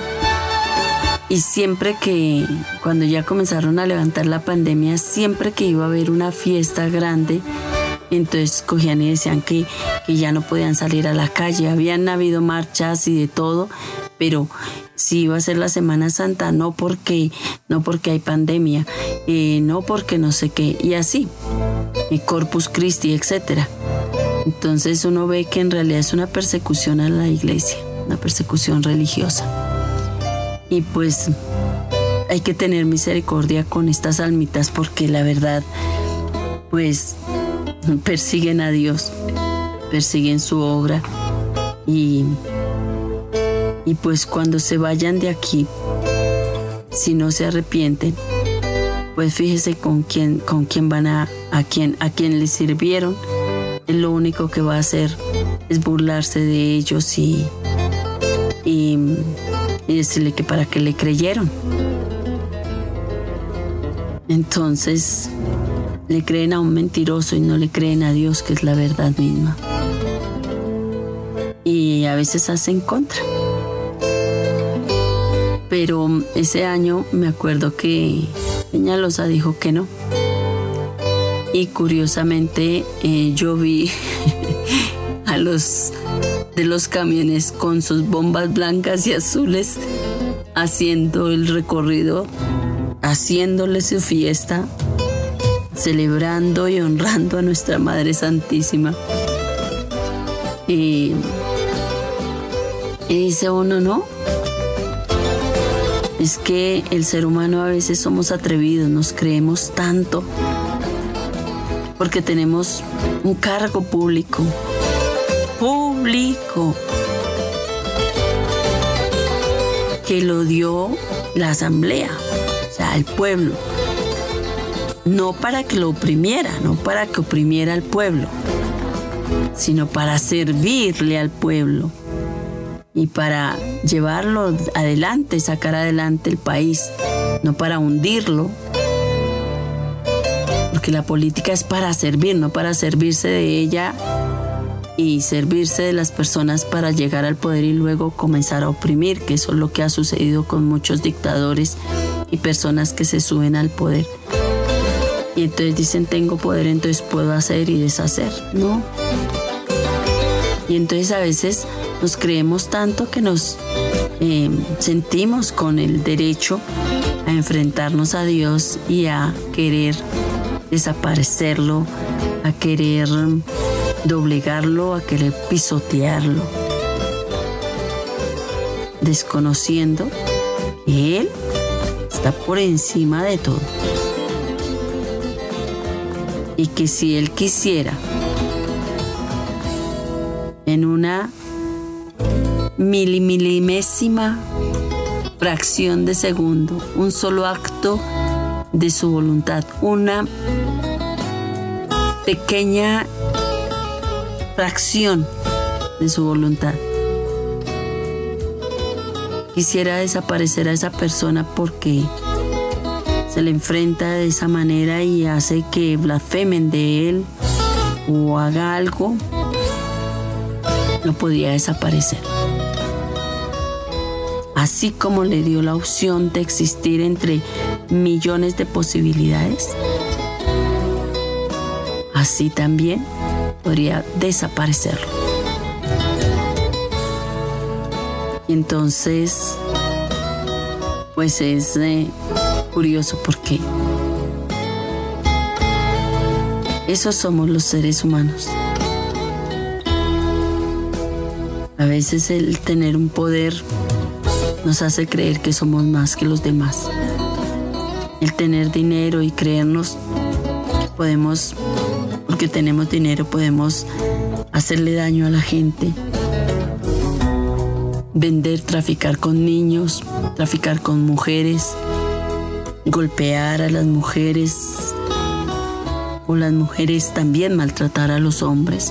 siempre que, cuando ya comenzaron a levantar la pandemia, siempre que iba a haber una fiesta grande, entonces cogían y decían que ya no podían salir a la calle. Habían habido marchas y de todo, pero si iba a ser la Semana Santa, no porque hay pandemia, no porque no sé qué, y así, Corpus Christi, etcétera. Entonces uno ve que en realidad es una persecución a la iglesia, una persecución religiosa. Y pues hay que tener misericordia con estas almitas, porque la verdad, pues persiguen a Dios, persiguen su obra, y pues cuando se vayan de aquí, si no se arrepienten, pues fíjese con quién van a quién les sirvieron. Lo único que va a hacer es burlarse de ellos y decirle que para qué le creyeron. Entonces le creen a un mentiroso y no le creen a Dios, que es la verdad misma. Y a veces hacen contra. Pero ese año me acuerdo que Peñalosa dijo que no. Y curiosamente yo vi a los de los camiones con sus bombas blancas y azules haciendo el recorrido, haciéndole su fiesta, celebrando y honrando a nuestra Madre Santísima. Y dice uno, ¿no? Es que el ser humano a veces somos atrevidos, nos creemos tanto porque tenemos un cargo público, que lo dio la asamblea, o sea, el pueblo, no para que lo oprimiera, no para que oprimiera al pueblo, sino para servirle al pueblo y para llevarlo adelante, sacar adelante el país, no para hundirlo. Porque la política es para servir, no para servirse de ella y servirse de las personas para llegar al poder y luego comenzar a oprimir, que eso es lo que ha sucedido con muchos dictadores y personas que se suben al poder. Y entonces dicen, tengo poder, entonces puedo hacer y deshacer. No. Y entonces a veces nos creemos tanto que nos sentimos con el derecho a enfrentarnos a Dios y a querer desaparecerlo, a querer doblegarlo, a querer pisotearlo, desconociendo que Él está por encima de todo y que si Él quisiera, en una milimésima fracción de segundo, un solo acto de su voluntad, una pequeña fracción de su voluntad. Quisiera desaparecer a esa persona porque se le enfrenta de esa manera y hace que blasfemen de él o haga algo. No podía desaparecer. Así como le dio la opción de existir entre millones de posibilidades, así también podría desaparecerlo. Y entonces, pues es curioso porque esos somos los seres humanos. A veces el tener un poder nos hace creer que somos más que los demás. El tener dinero y creernos que podemos, porque tenemos dinero, podemos hacerle daño a la gente. Vender, traficar con niños, traficar con mujeres, golpear a las mujeres o las mujeres también maltratar a los hombres.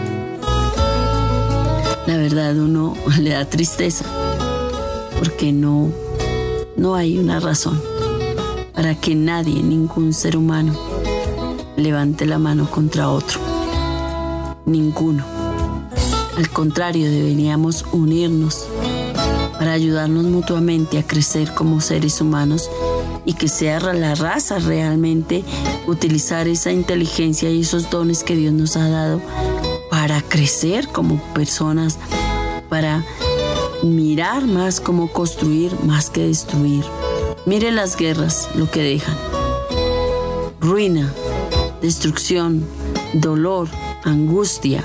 La verdad, uno le da tristeza porque no hay una razón para que nadie, ningún ser humano, levante la mano contra otro. Ninguno. Al contrario, deberíamos unirnos para ayudarnos mutuamente a crecer como seres humanos y que sea la raza realmente utilizar esa inteligencia y esos dones que Dios nos ha dado para crecer como personas, para mirar más cómo construir más que destruir. Mire las guerras, lo que dejan: ruina, destrucción, dolor, angustia.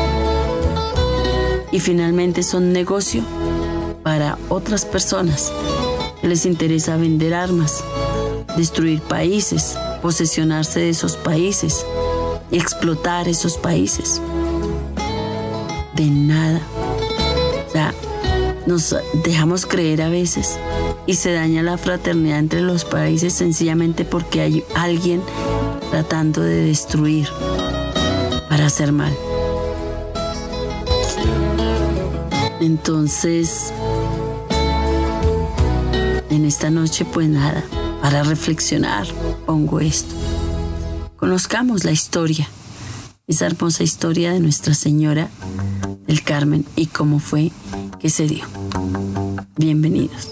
Y finalmente son negocio para otras personas que les interesa vender armas, destruir países, posesionarse de esos países, explotar esos países. De nada. O sea, nos dejamos creer a veces y se daña la fraternidad entre los países sencillamente porque hay alguien tratando de destruir para hacer mal. Entonces, en esta noche, pues nada, para reflexionar, pongo esto. Conozcamos la historia, esa hermosa historia de Nuestra Señora del Carmen y cómo fue que se dio. Bienvenidos.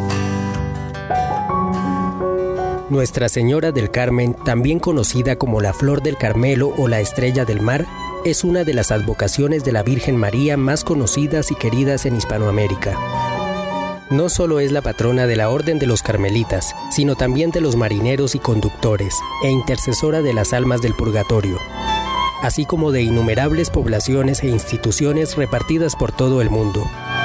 Nuestra Señora del Carmen, también conocida como la Flor del Carmelo o la Estrella del Mar, es una de las advocaciones de la Virgen María más conocidas y queridas en Hispanoamérica. No solo es la patrona de la Orden de los Carmelitas, sino también de los marineros y conductores, e intercesora de las almas del purgatorio, así como de innumerables poblaciones e instituciones repartidas por todo el mundo.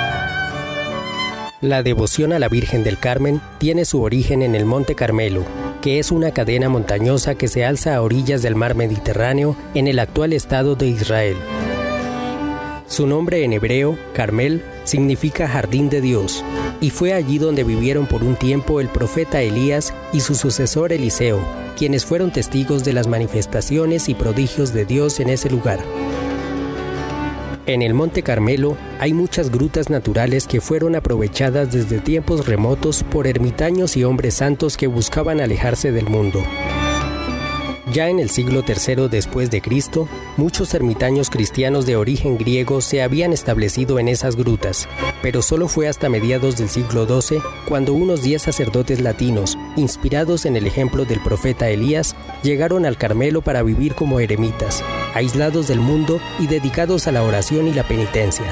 La devoción a la Virgen del Carmen tiene su origen en el Monte Carmelo, que es una cadena montañosa que se alza a orillas del mar Mediterráneo en el actual estado de Israel. Su nombre en hebreo, Carmel, significa jardín de Dios, y fue allí donde vivieron por un tiempo el profeta Elías y su sucesor Eliseo, quienes fueron testigos de las manifestaciones y prodigios de Dios en ese lugar. En el Monte Carmelo hay muchas grutas naturales que fueron aprovechadas desde tiempos remotos por ermitaños y hombres santos que buscaban alejarse del mundo. Ya en el siglo III después de Cristo, muchos ermitaños cristianos de origen griego se habían establecido en esas grutas, pero solo fue hasta mediados del siglo XII cuando unos 10 sacerdotes latinos, inspirados en el ejemplo del profeta Elías, llegaron al Carmelo para vivir como eremitas, aislados del mundo y dedicados a la oración y la penitencia.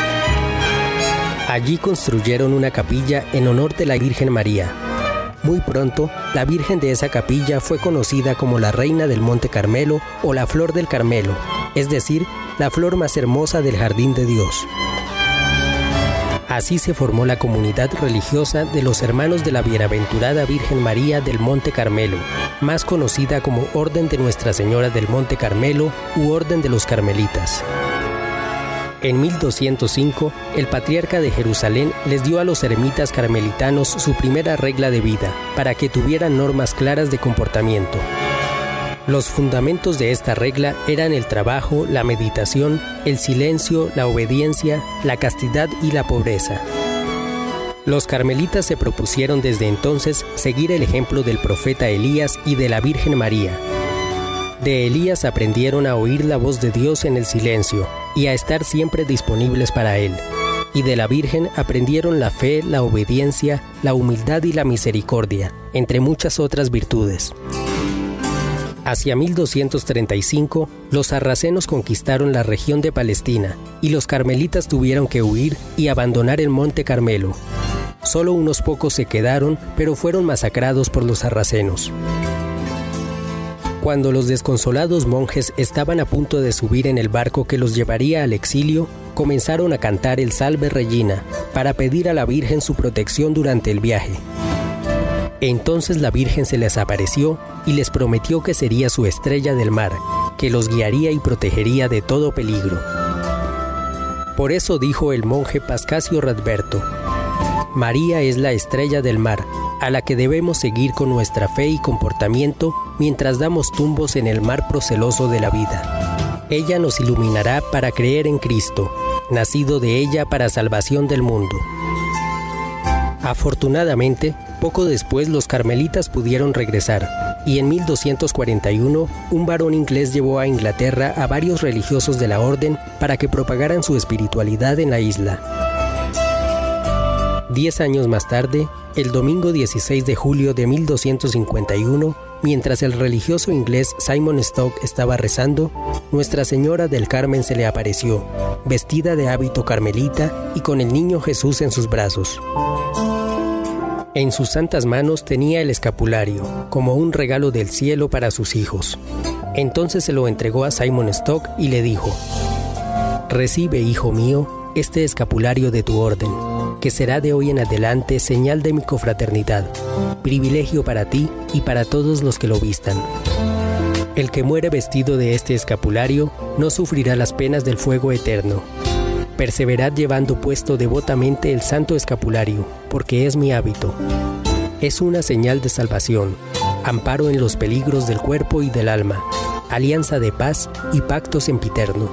Allí construyeron una capilla en honor de la Virgen María. Muy pronto, la Virgen de esa capilla fue conocida como la Reina del Monte Carmelo o la Flor del Carmelo, es decir, la flor más hermosa del Jardín de Dios. Así se formó la comunidad religiosa de los Hermanos de la Bienaventurada Virgen María del Monte Carmelo, más conocida como Orden de Nuestra Señora del Monte Carmelo u Orden de los Carmelitas. En 1205, el patriarca de Jerusalén les dio a los eremitas carmelitanos su primera regla de vida, para que tuvieran normas claras de comportamiento. Los fundamentos de esta regla eran el trabajo, la meditación, el silencio, la obediencia, la castidad y la pobreza. Los carmelitas se propusieron desde entonces seguir el ejemplo del profeta Elías y de la Virgen María. De Elías aprendieron a oír la voz de Dios en el silencio y a estar siempre disponibles para Él. Y de la Virgen aprendieron la fe, la obediencia, la humildad y la misericordia, entre muchas otras virtudes. Hacia 1235, los sarracenos conquistaron la región de Palestina y los carmelitas tuvieron que huir y abandonar el Monte Carmelo. Solo unos pocos se quedaron, pero fueron masacrados por los sarracenos. Cuando los desconsolados monjes estaban a punto de subir en el barco que los llevaría al exilio, comenzaron a cantar el Salve Regina para pedir a la Virgen su protección durante el viaje. Entonces la Virgen se les apareció y les prometió que sería su estrella del mar, que los guiaría y protegería de todo peligro. Por eso dijo el monje Pascasio Radberto: María es la estrella del mar, a la que debemos seguir con nuestra fe y comportamiento mientras damos tumbos en el mar proceloso de la vida. Ella nos iluminará para creer en Cristo, nacido de ella para salvación del mundo. Afortunadamente, poco después los carmelitas pudieron regresar, y en 1241 un varón inglés llevó a Inglaterra a varios religiosos de la orden para que propagaran su espiritualidad en la isla. 10 años más tarde, el domingo 16 de julio de 1251, mientras el religioso inglés Simon Stock estaba rezando, Nuestra Señora del Carmen se le apareció, vestida de hábito carmelita y con el niño Jesús en sus brazos. En sus santas manos tenía el escapulario, como un regalo del cielo para sus hijos. Entonces se lo entregó a Simon Stock y le dijo: Recibe, hijo mío, este escapulario de tu orden, que será de hoy en adelante señal de mi confraternidad, privilegio para ti y para todos los que lo vistan. El que muere vestido de este escapulario no sufrirá las penas del fuego eterno. Perseverad llevando puesto devotamente el santo escapulario, porque es mi hábito. Es una señal de salvación, amparo en los peligros del cuerpo y del alma, alianza de paz y pacto sempiterno.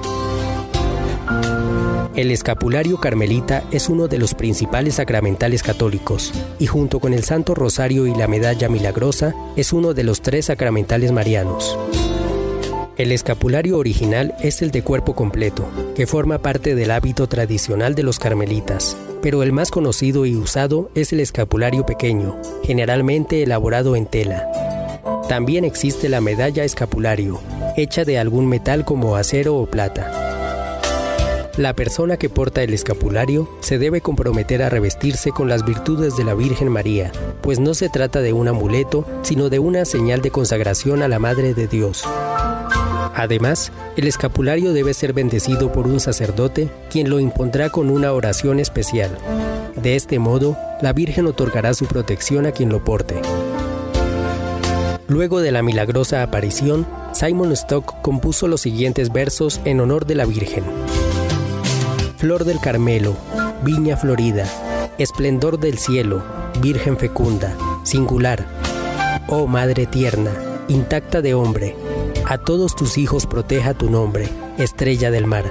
El escapulario carmelita es uno de los principales sacramentales católicos, y junto con el Santo Rosario y la Medalla Milagrosa, es uno de los 3 sacramentales marianos. El escapulario original es el de cuerpo completo, que forma parte del hábito tradicional de los carmelitas, pero el más conocido y usado es el escapulario pequeño, generalmente elaborado en tela. También existe la medalla escapulario, hecha de algún metal como acero o plata. La persona que porta el escapulario se debe comprometer a revestirse con las virtudes de la Virgen María, pues no se trata de un amuleto, sino de una señal de consagración a la Madre de Dios. Además, el escapulario debe ser bendecido por un sacerdote, quien lo impondrá con una oración especial. De este modo, la Virgen otorgará su protección a quien lo porte. Luego de la milagrosa aparición, Simon Stock compuso los siguientes versos en honor de la Virgen. Flor del Carmelo, viña florida, esplendor del cielo, Virgen fecunda, singular. Oh Madre tierna, intacta de hombre, a todos tus hijos proteja tu nombre, estrella del mar.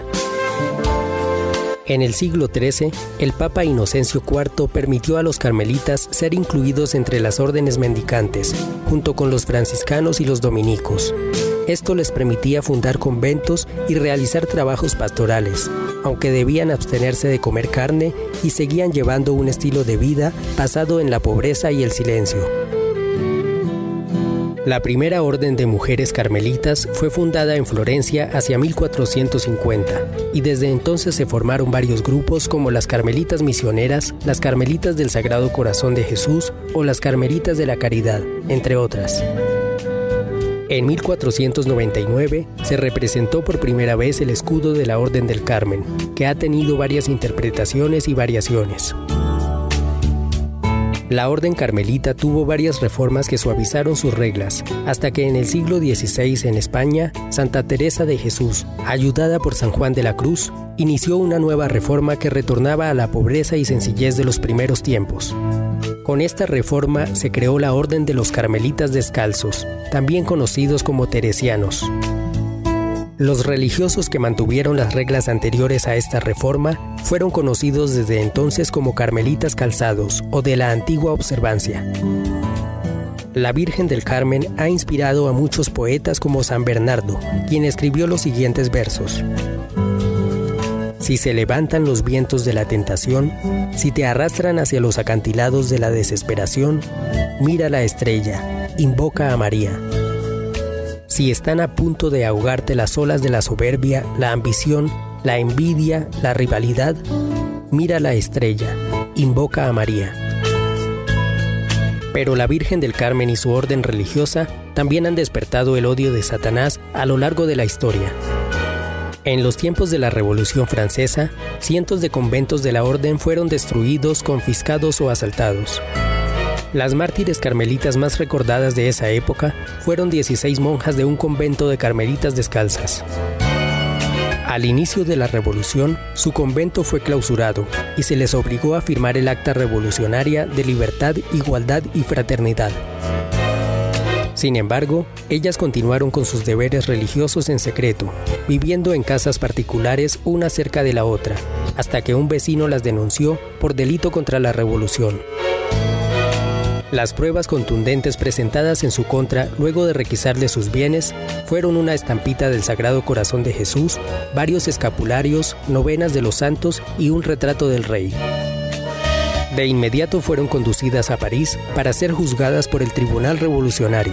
En el siglo XIII, el Papa Inocencio IV permitió a los carmelitas ser incluidos entre las órdenes mendicantes, junto con los franciscanos y los dominicos. Esto les permitía fundar conventos y realizar trabajos pastorales, aunque debían abstenerse de comer carne y seguían llevando un estilo de vida basado en la pobreza y el silencio. La primera orden de mujeres carmelitas fue fundada en Florencia hacia 1450, y desde entonces se formaron varios grupos como las Carmelitas Misioneras, las Carmelitas del Sagrado Corazón de Jesús o las Carmelitas de la Caridad, entre otras. En 1499 se representó por primera vez el escudo de la Orden del Carmen, que ha tenido varias interpretaciones y variaciones. La orden carmelita tuvo varias reformas que suavizaron sus reglas, hasta que en el siglo XVI en España, Santa Teresa de Jesús, ayudada por San Juan de la Cruz, inició una nueva reforma que retornaba a la pobreza y sencillez de los primeros tiempos. Con esta reforma se creó la Orden de los Carmelitas Descalzos, también conocidos como teresianos. Los religiosos que mantuvieron las reglas anteriores a esta reforma fueron conocidos desde entonces como carmelitas calzados o de la antigua observancia. La Virgen del Carmen ha inspirado a muchos poetas como San Bernardo, quien escribió los siguientes versos. Si se levantan los vientos de la tentación, si te arrastran hacia los acantilados de la desesperación, mira la estrella, invoca a María. Si están a punto de ahogarte las olas de la soberbia, la ambición, la envidia, la rivalidad, mira la estrella, invoca a María. Pero la Virgen del Carmen y su orden religiosa también han despertado el odio de Satanás a lo largo de la historia. En los tiempos de la Revolución Francesa, cientos de conventos de la orden fueron destruidos, confiscados o asaltados. Las mártires carmelitas más recordadas de esa época fueron 16 monjas de un convento de carmelitas descalzas. Al inicio de la revolución, su convento fue clausurado y se les obligó a firmar el Acta Revolucionaria de Libertad, Igualdad y Fraternidad. Sin embargo, ellas continuaron con sus deberes religiosos en secreto, viviendo en casas particulares una cerca de la otra, hasta que un vecino las denunció por delito contra la revolución. Las pruebas contundentes presentadas en su contra luego de requisarle sus bienes fueron una estampita del Sagrado Corazón de Jesús, varios escapularios, novenas de los santos y un retrato del rey. De inmediato fueron conducidas a París para ser juzgadas por el Tribunal Revolucionario.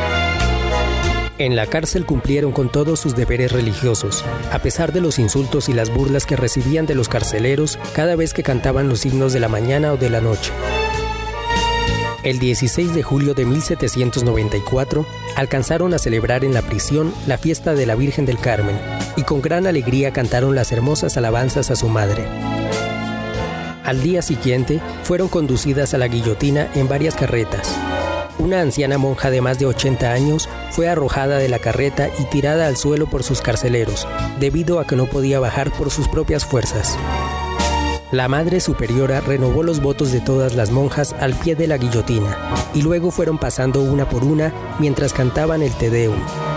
En la cárcel cumplieron con todos sus deberes religiosos, a pesar de los insultos y las burlas que recibían de los carceleros cada vez que cantaban los himnos de la mañana o de la noche. El 16 de julio de 1794 alcanzaron a celebrar en la prisión la fiesta de la Virgen del Carmen y con gran alegría cantaron las hermosas alabanzas a su madre. Al día siguiente fueron conducidas a la guillotina en varias carretas. Una anciana monja de más de 80 años fue arrojada de la carreta y tirada al suelo por sus carceleros, debido a que no podía bajar por sus propias fuerzas. La Madre Superiora renovó los votos de todas las monjas al pie de la guillotina, y luego fueron pasando una por una mientras cantaban el Te Deum.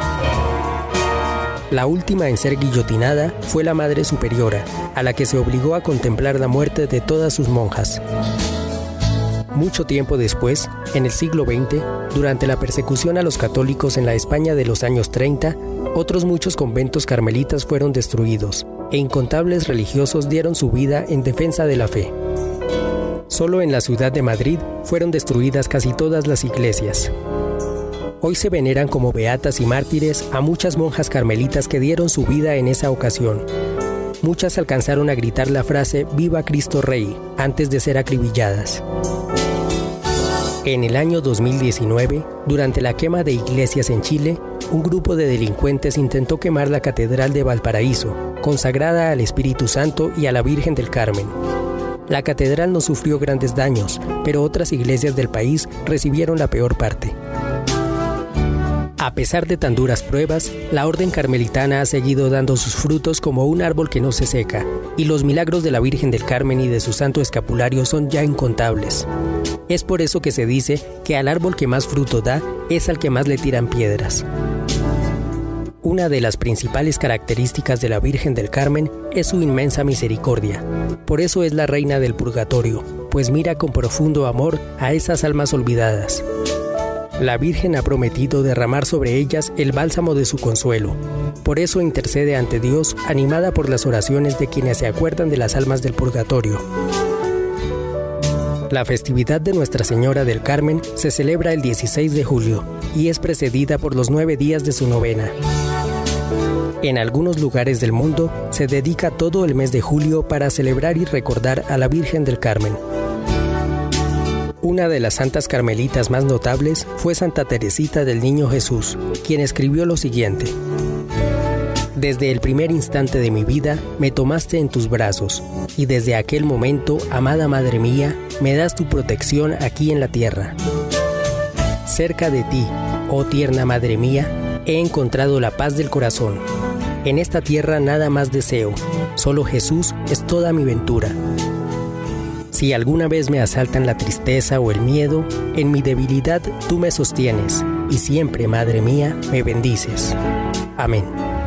La última en ser guillotinada fue la Madre Superiora, a la que se obligó a contemplar la muerte de todas sus monjas. Mucho tiempo después, en el siglo XX, durante la persecución a los católicos en la España de los años 30, otros muchos conventos carmelitas fueron destruidos, e incontables religiosos dieron su vida en defensa de la fe. Solo en la ciudad de Madrid fueron destruidas casi todas las iglesias. Hoy se veneran como beatas y mártires a muchas monjas carmelitas que dieron su vida en esa ocasión. Muchas alcanzaron a gritar la frase «Viva Cristo Rey» antes de ser acribilladas. En el año 2019, durante la quema de iglesias en Chile, un grupo de delincuentes intentó quemar la Catedral de Valparaíso, consagrada al Espíritu Santo y a la Virgen del Carmen. La catedral no sufrió grandes daños, pero otras iglesias del país recibieron la peor parte. A pesar de tan duras pruebas, la orden carmelitana ha seguido dando sus frutos como un árbol que no se seca, y los milagros de la Virgen del Carmen y de su santo escapulario son ya incontables. Es por eso que se dice que al árbol que más fruto da es al que más le tiran piedras. Una de las principales características de la Virgen del Carmen es su inmensa misericordia. Por eso es la reina del purgatorio, pues mira con profundo amor a esas almas olvidadas. La Virgen ha prometido derramar sobre ellas el bálsamo de su consuelo. Por eso intercede ante Dios, animada por las oraciones de quienes se acuerdan de las almas del purgatorio. La festividad de Nuestra Señora del Carmen se celebra el 16 de julio y es precedida por los 9 días de su novena. En algunos lugares del mundo se dedica todo el mes de julio para celebrar y recordar a la Virgen del Carmen. Una de las santas carmelitas más notables fue Santa Teresita del Niño Jesús, quien escribió lo siguiente: Desde el primer instante de mi vida me tomaste en tus brazos y desde aquel momento, amada Madre mía, me das tu protección aquí en la tierra. Cerca de ti, oh tierna Madre mía, he encontrado la paz del corazón. En esta tierra nada más deseo, solo Jesús es toda mi ventura. Si alguna vez me asaltan la tristeza o el miedo, en mi debilidad tú me sostienes y siempre, Madre mía, me bendices. Amén.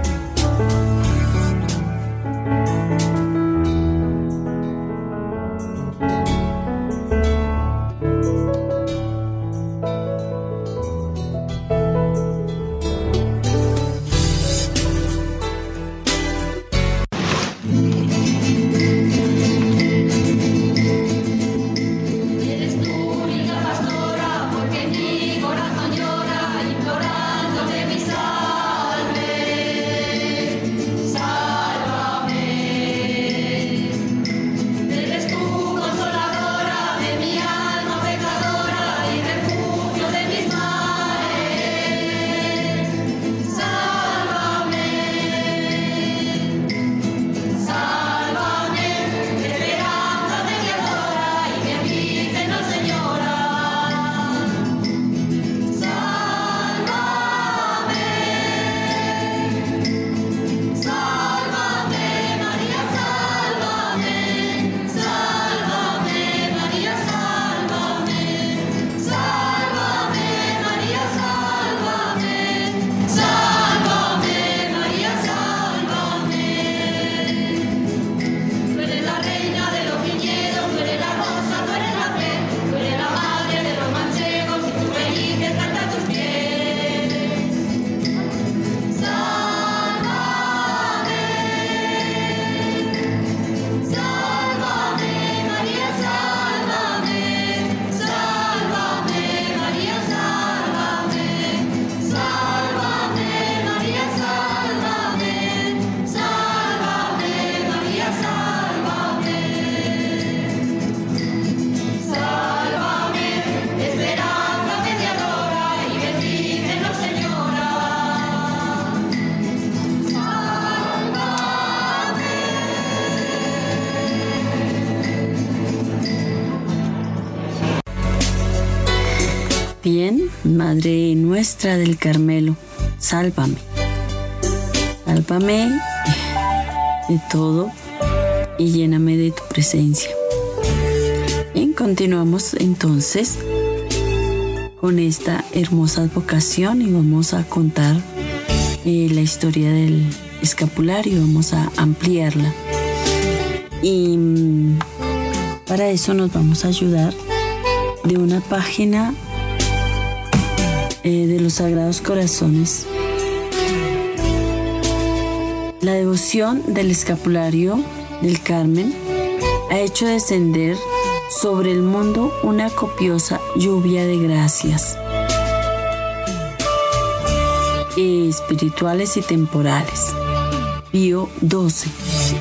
Bien, Madre nuestra del Carmelo, sálvame. Sálvame de todo y lléname de tu presencia. Bien, continuamos entonces con esta hermosa advocación y vamos a contar la historia del escapulario, vamos a ampliarla. Y para eso nos vamos a ayudar de una página de los Sagrados Corazones. La devoción del escapulario del Carmen ha hecho descender sobre el mundo una copiosa lluvia de gracias espirituales y temporales. Pío XII,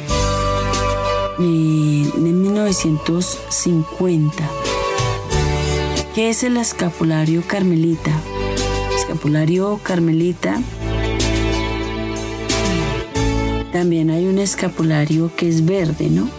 de 1950. ¿Qué es el escapulario carmelita? Escapulario carmelita. También hay un escapulario que es verde, ¿no?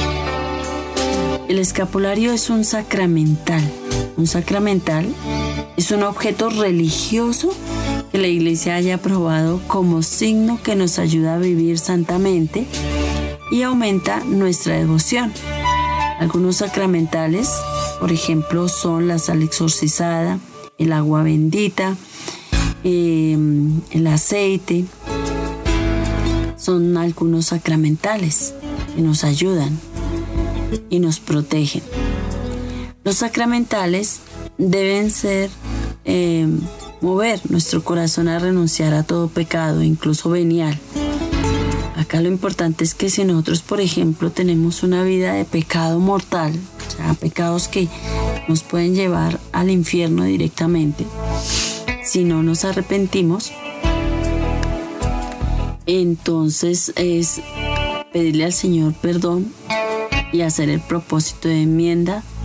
El escapulario es un sacramental. Un sacramental es un objeto religioso que la Iglesia haya aprobado como signo que nos ayuda a vivir santamente y aumenta nuestra devoción. Algunos sacramentales, por ejemplo, son la sal exorcizada, el agua bendita, el aceite. Son algunos sacramentales que nos ayudan y nos protegen. Los sacramentales deben ser mover nuestro corazón a renunciar a todo pecado, incluso venial. Acá lo importante es que si nosotros, por ejemplo, tenemos una vida de pecado mortal, o sea, pecados que nos pueden llevar al infierno directamente, si no nos arrepentimos, entonces es pedirle al Señor perdón y hacer el propósito de enmienda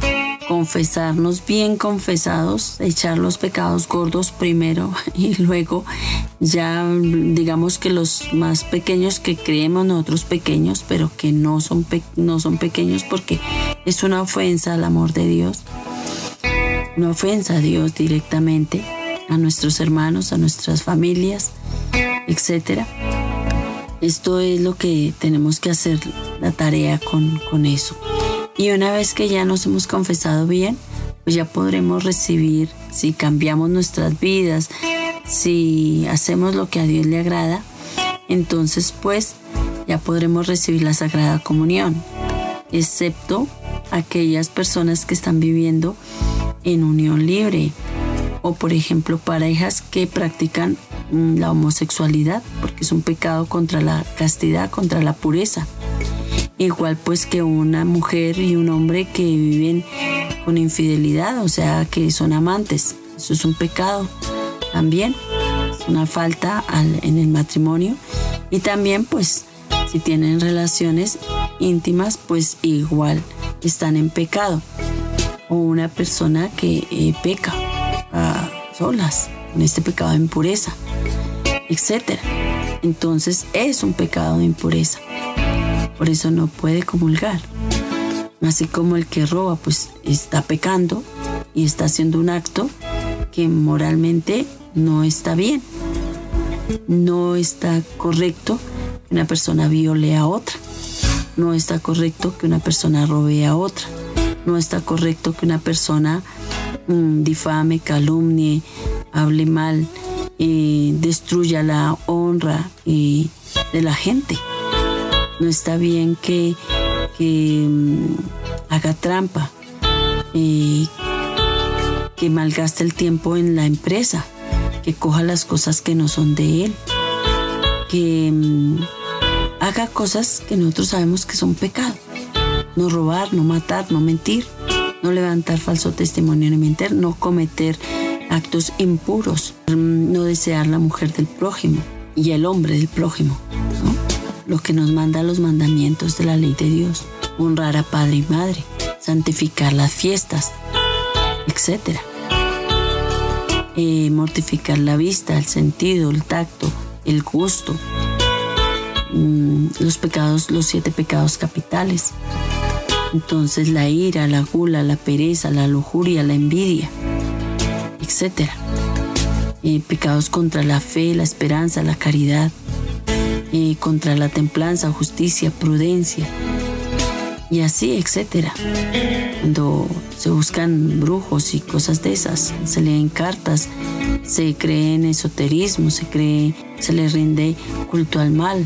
confesarnos bien confesados, echar los pecados gordos primero y luego ya digamos que los más pequeños que creemos nosotros pequeños, pero que no son pequeños porque es una ofensa al amor de Dios, una ofensa a Dios directamente, a nuestros hermanos, a nuestras familias, etcétera. Esto es lo que tenemos que hacer, la tarea con eso. Y una vez que ya nos hemos confesado bien, pues ya podremos recibir, si cambiamos nuestras vidas, si hacemos lo que a Dios le agrada, entonces pues ya podremos recibir la Sagrada Comunión, excepto aquellas personas que están viviendo en unión libre o por ejemplo parejas que practican la homosexualidad, porque es un pecado contra la castidad, contra la pureza. Igual pues que una mujer y un hombre que viven con infidelidad, o sea que son amantes, eso es un pecado también, es una falta en el matrimonio. Y también pues si tienen relaciones íntimas pues igual están en pecado, o una persona que peca a solas con este pecado de impureza, etcétera. Entonces es un pecado de impureza. Por eso no puede comulgar. Así como el que roba, pues está pecando y está haciendo un acto que moralmente no está bien. No está correcto que una persona viole a otra. No está correcto que una persona robe a otra. No está correcto que una persona difame, calumnie, hable mal, destruya la honra de la gente. No está bien que haga trampa, que malgaste el tiempo en la empresa, que coja las cosas que no son de él, que haga cosas que nosotros sabemos que son pecado. No robar, no matar, no mentir, no levantar falso testimonio ni mentir, no cometer actos impuros, no desear la mujer del prójimo y el hombre del prójimo, ¿no? Lo que nos manda los mandamientos de la ley de Dios, honrar a padre y madre, santificar las fiestas, etc. Mortificar la vista, el sentido, el tacto, el gusto, los pecados, los 7 pecados capitales. Entonces la ira, la gula, la pereza, la lujuria, la envidia, etc. Pecados contra la fe, la esperanza, la caridad, contra la templanza, justicia, prudencia y así, etcétera. Cuando se buscan brujos y cosas de esas, se leen cartas, se cree en esoterismo, se le rinde culto al malo,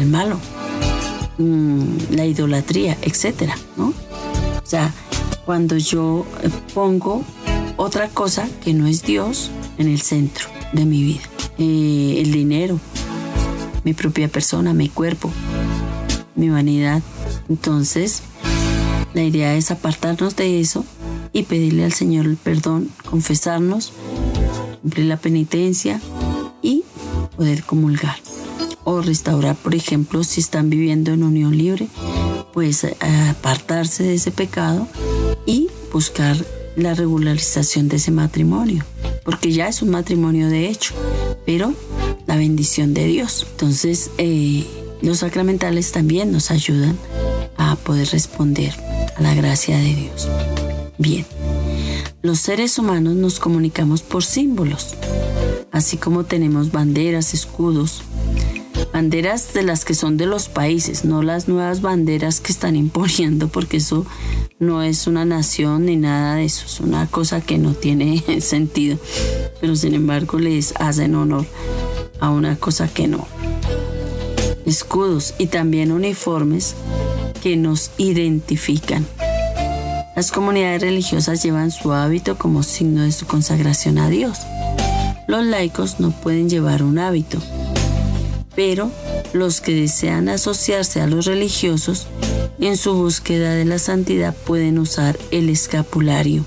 la idolatría, etcétera, ¿no? O sea, cuando yo pongo otra cosa que no es Dios en el centro de mi vida, el dinero, mi propia persona, mi cuerpo, mi vanidad. Entonces, la idea es apartarnos de eso y pedirle al Señor el perdón, confesarnos, cumplir la penitencia y poder comulgar. O restaurar, por ejemplo, si están viviendo en unión libre, pues apartarse de ese pecado y buscar la regularización de ese matrimonio, porque ya es un matrimonio de hecho, pero la bendición de Dios. Entonces, los sacramentales también nos ayudan a poder responder a la gracia de Dios. Bien, los seres humanos nos comunicamos por símbolos, así como tenemos banderas, escudos, banderas de las que son de los países, no las nuevas banderas que están imponiendo, porque eso no es una nación ni nada de eso, es una cosa que no tiene sentido, pero sin embargo les hacen honor a una cosa que no. Escudos y también uniformes que nos identifican. Las comunidades religiosas llevan su hábito como signo de su consagración a Dios. Los laicos no pueden llevar un hábito, pero los que desean asociarse a los religiosos en su búsqueda de la santidad pueden usar el escapulario.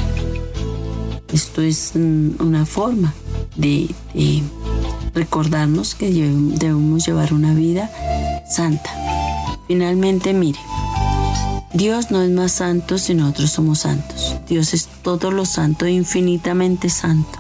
Esto es una forma de recordarnos que debemos llevar una vida santa. Finalmente, mire, Dios no es más santo si nosotros somos santos. Dios es todo lo santo e infinitamente santo.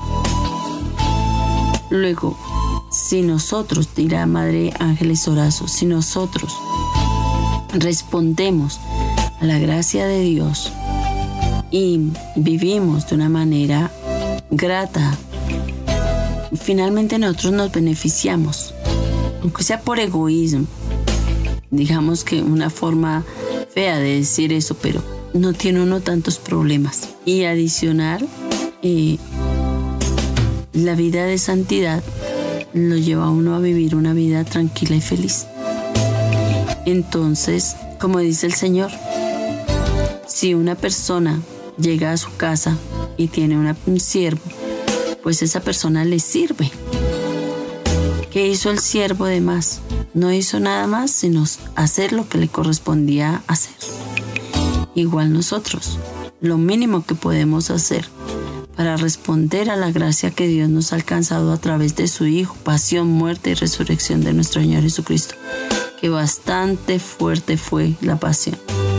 Luego, si nosotros, dirá Madre Ángeles Orazo, si nosotros respondemos a la gracia de Dios y vivimos de una manera grata, finalmente nosotros nos beneficiamos, aunque sea por egoísmo. Digamos que una forma fea de decir eso, pero no tiene uno tantos problemas. Y adicional, la vida de santidad lo lleva a uno a vivir una vida tranquila y feliz. Entonces, como dice el Señor, si una persona llega a su casa y tiene un siervo, pues esa persona le sirve. ¿Qué hizo el siervo de más? No hizo nada más sino hacer lo que le correspondía hacer. Igual nosotros, lo mínimo que podemos hacer para responder a la gracia que Dios nos ha alcanzado a través de su Hijo, pasión, muerte y resurrección de nuestro Señor Jesucristo, que bastante fuerte fue la pasión.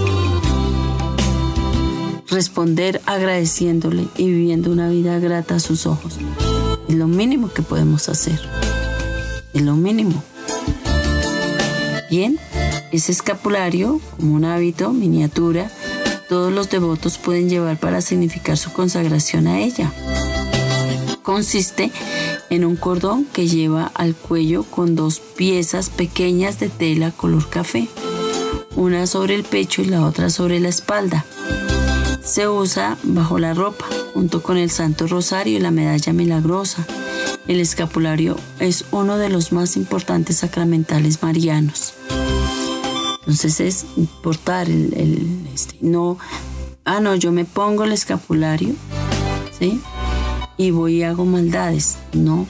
Responder agradeciéndole y viviendo una vida grata a sus ojos. Es lo mínimo que podemos hacer. Es lo mínimo. Bien, ese escapulario, como un hábito, miniatura, todos los devotos pueden llevar para significar su consagración a ella. Consiste en un cordón que lleva al cuello con 2 piezas pequeñas de tela color café, una sobre el pecho y la otra sobre la espalda. Se usa bajo la ropa, junto con el Santo Rosario y la medalla milagrosa. El escapulario es uno de los más importantes sacramentales marianos. Entonces es portar yo me pongo el escapulario, ¿sí? Y voy y hago maldades. No.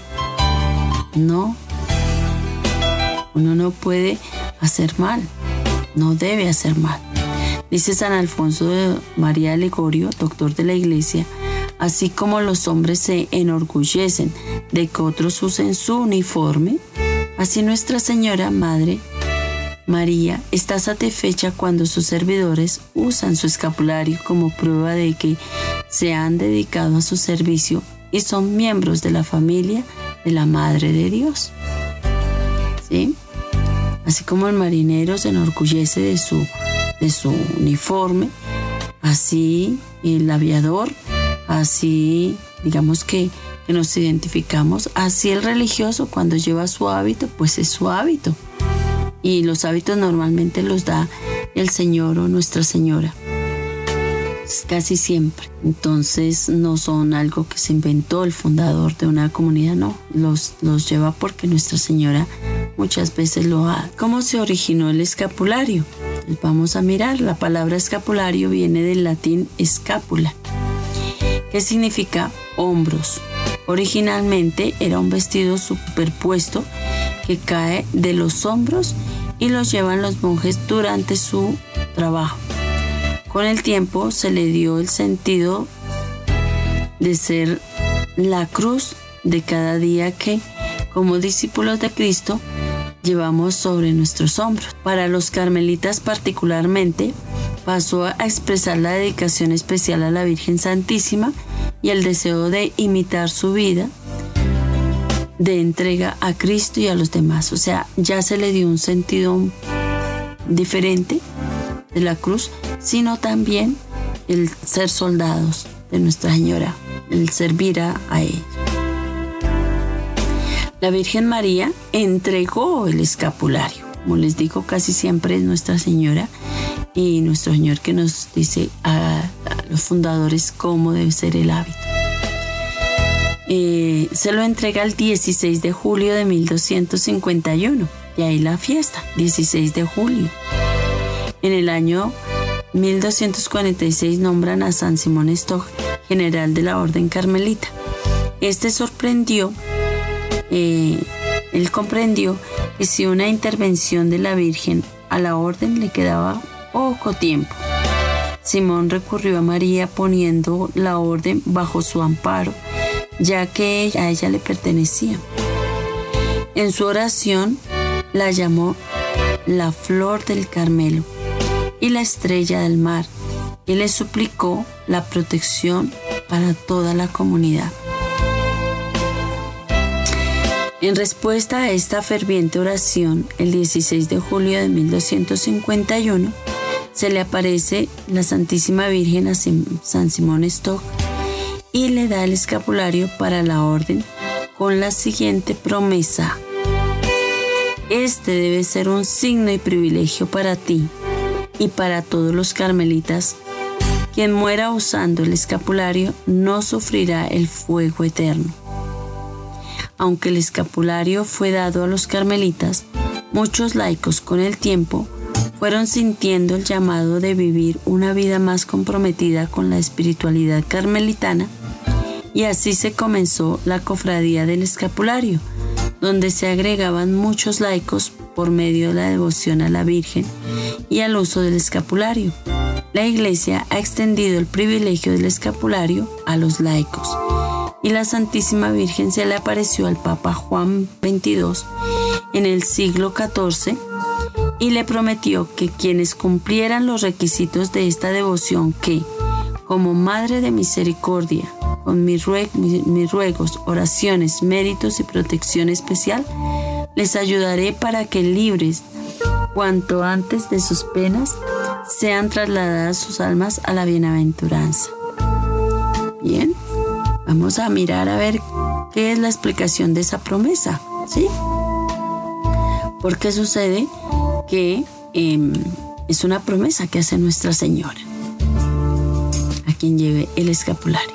Uno no puede hacer mal, no debe hacer mal. Dice San Alfonso de María Legorio, doctor de la Iglesia, así como los hombres se enorgullecen de que otros usen su uniforme, así Nuestra Señora Madre María está satisfecha cuando sus servidores usan su escapulario como prueba de que se han dedicado a su servicio y son miembros de la familia de la Madre de Dios. ¿Sí? Así como el marinero se enorgullece de su uniforme, así el aviador, así digamos que nos identificamos, así el religioso cuando lleva su hábito, pues es su hábito. Y los hábitos normalmente los da el Señor o Nuestra Señora. Casi siempre. Entonces no son algo que se inventó el fundador de una comunidad, no. Los lleva porque Nuestra Señora muchas veces lo ha. ¿Cómo se originó el escapulario? Vamos a mirar. La palabra escapulario viene del latín scapula, que significa hombros. Originalmente era un vestido superpuesto que cae de los hombros y los llevan los monjes durante su trabajo. Con el tiempo se le dio el sentido de ser la cruz de cada día que, como discípulos de Cristo, llevamos sobre nuestros hombros. Para los carmelitas particularmente, pasó a expresar la dedicación especial a la Virgen Santísima y el deseo de imitar su vida de entrega a Cristo y a los demás. O sea, ya se le dio un sentido diferente de la cruz, sino también el ser soldados de Nuestra Señora, el servir a ella. La Virgen María entregó el escapulario. Como les digo, casi siempre es Nuestra Señora y Nuestro Señor que nos dice a los fundadores cómo debe ser el hábito. Se lo entrega el 16 de julio de 1251, y ahí la fiesta, 16 de julio. En el año 1246 nombran a San Simón Stock general de la Orden Carmelita. Este él comprendió que si una intervención de la Virgen a la orden le quedaba poco tiempo, Simón recurrió a María poniendo la orden bajo su amparo, ya que a ella le pertenecía. En su oración la llamó la flor del Carmelo y la estrella del mar, y le suplicó la protección para toda la comunidad. En respuesta a esta ferviente oración, el 16 de julio de 1251, se le aparece la Santísima Virgen a San Simón Stock y le da el escapulario para la orden con la siguiente promesa: este debe ser un signo y privilegio para ti y para todos los carmelitas. Quien muera usando el escapulario no sufrirá el fuego eterno. Aunque el escapulario fue dado a los carmelitas, muchos laicos con el tiempo fueron sintiendo el llamado de vivir una vida más comprometida con la espiritualidad carmelitana, y así se comenzó la cofradía del escapulario, donde se agregaban muchos laicos por medio de la devoción a la Virgen y al uso del escapulario. La Iglesia ha extendido el privilegio del escapulario a los laicos, y la Santísima Virgen se le apareció al Papa Juan XXII en el siglo XIV y le prometió que quienes cumplieran los requisitos de esta devoción, que, como Madre de Misericordia, con mis ruegos, oraciones, méritos y protección especial, les ayudaré para que, libres cuanto antes de sus penas, sean trasladadas sus almas a la bienaventuranza. Bien, vamos a mirar a ver qué es la explicación de esa promesa, ¿sí? Porque sucede que es una promesa que hace Nuestra Señora a quien lleve el escapulario.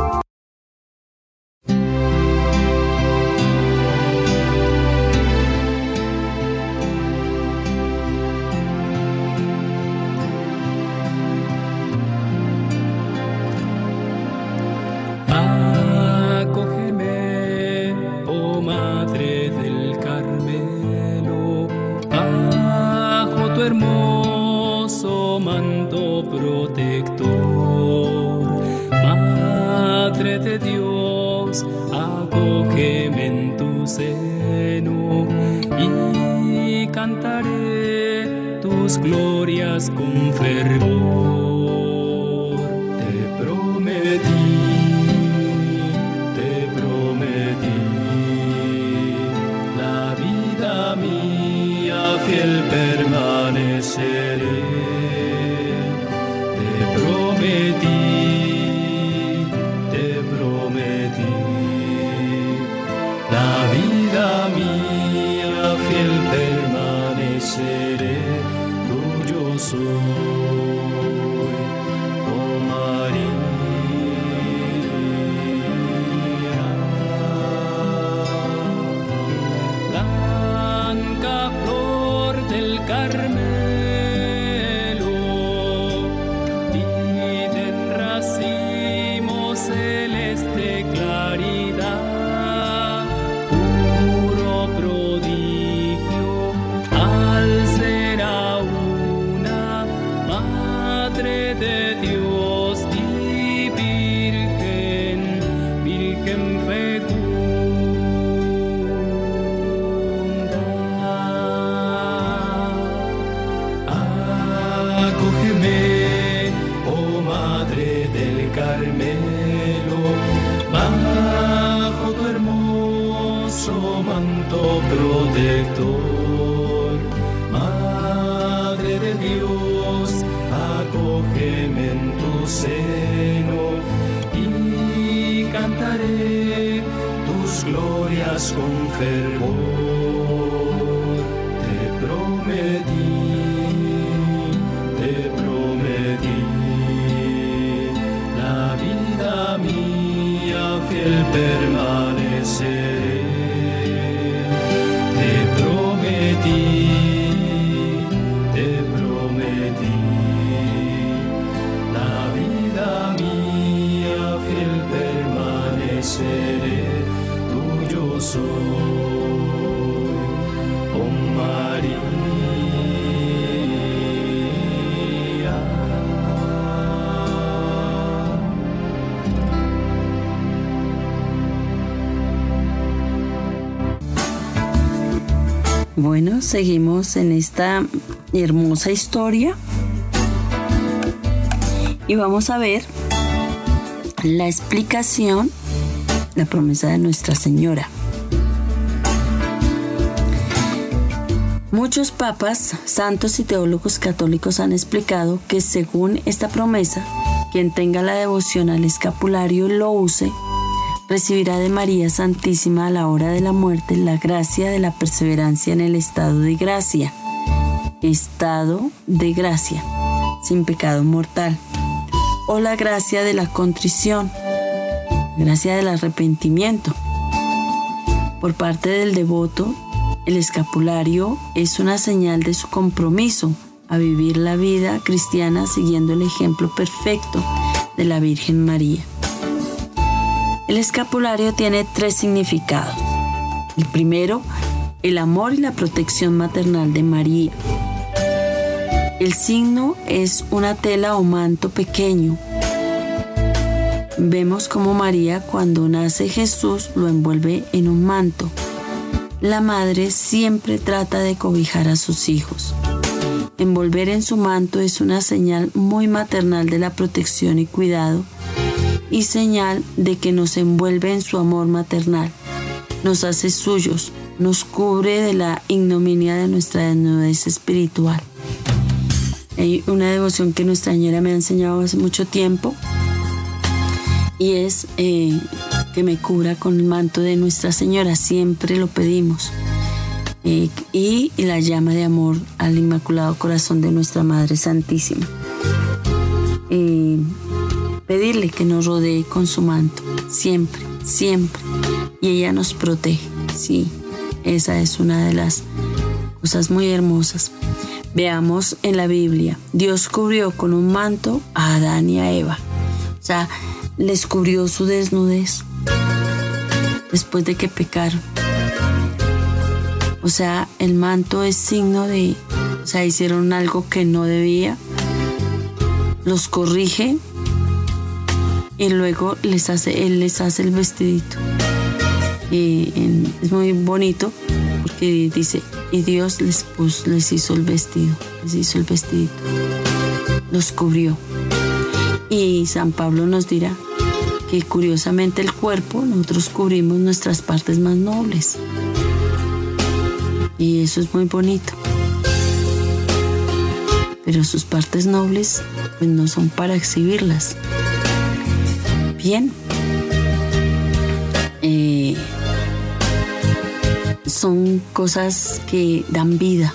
Acógeme, oh Madre del Carmelo, bajo tu hermoso manto protector. Madre de Dios, acógeme en tu seno y cantaré tus glorias con fervor. Te prometí la vida mía fiel permaneceré. Te prometí la vida mía fiel permaneceré. Tuyo soy, oh María. Blanca flor del Carmelo, vida en racimo celeste claridad, puro prodigio al ser a una Madre de Dios y Virgen, Virgen fecunda. Acógeme, oh Madre del Carmelo, bajo tu hermoso manto protector. Madre de Dios, acógeme en tu seno y cantaré tus glorias con fervor. Te prometí la vida mía fiel permaneceré. Te prometí la vida mía fiel permaneceré. Tuyo soy, oh María. Bueno, seguimos en esta hermosa historia Y vamos a ver la explicación, la promesa de Nuestra Señora. Muchos papas, santos y teólogos católicos han explicado que según esta promesa, quien tenga la devoción al escapulario y lo use, recibirá de María Santísima a la hora de la muerte la gracia de la perseverancia en el estado de gracia, sin pecado mortal, o la gracia de la contrición, gracia del arrepentimiento. Por parte del devoto, el escapulario es una señal de su compromiso a vivir la vida cristiana siguiendo el ejemplo perfecto de la Virgen María. El escapulario tiene 3 significados. El primero, el amor y la protección maternal de María. El signo es una tela o manto pequeño. Vemos cómo María, cuando nace Jesús, lo envuelve en un manto. La madre siempre trata de cobijar a sus hijos. Envolver en su manto es una señal muy maternal de la protección y cuidado, y señal de que nos envuelve en su amor maternal, nos hace suyos, nos cubre de la ignominia de nuestra desnudez espiritual. Hay una devoción que Nuestra Señora me ha enseñado hace mucho tiempo, y es que me cubra con el manto de Nuestra Señora. Siempre lo pedimos. Y la llama de amor al Inmaculado Corazón de Nuestra Madre Santísima. Pedirle que nos rodee con su manto, siempre, siempre. Y ella nos protege. Sí, esa es una de las cosas muy hermosas. Veamos en la Biblia, Dios cubrió con un manto a Adán y a Eva. O sea, les cubrió su desnudez después de que pecaron. O sea, el manto es signo de, hicieron algo que no debía, los corrige y luego él les hace el vestidito. Es muy bonito porque dice, y Dios les hizo el vestido, los cubrió. Y San Pablo nos dirá que curiosamente el cuerpo, nosotros cubrimos nuestras partes más nobles. Y eso es muy bonito. Pero sus partes nobles pues no son para exhibirlas. Bien. Son cosas que dan vida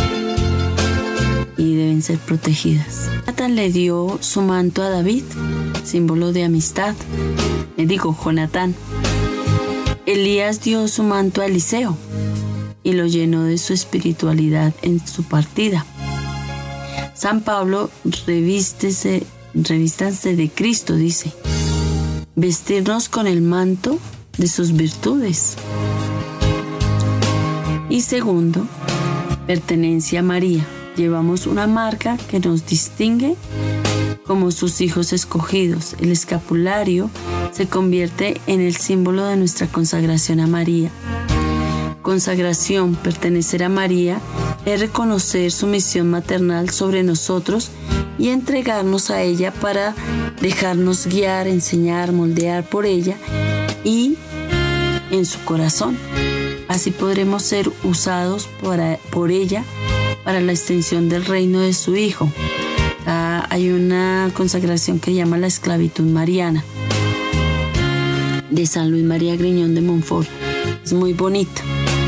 y deben ser protegidas. Jonatán le dio su manto a David, símbolo de amistad. Jonatán. Elías dio su manto a Eliseo y lo llenó de su espiritualidad en su partida. San Pablo, revístanse de Cristo, dice. Vestirnos con el manto de sus virtudes. Y segundo, pertenencia a María. Llevamos una marca que nos distingue como sus hijos escogidos. El escapulario se convierte en el símbolo de nuestra consagración a María. Consagración, pertenecer a María, es reconocer su misión maternal sobre nosotros y entregarnos a ella para dejarnos guiar, enseñar, moldear por ella y en su corazón. Así podremos ser usados por ella para la extensión del reino de su Hijo. Hay una consagración que llama la esclavitud mariana de San Luis María Griñón de Montfort. Es muy bonita.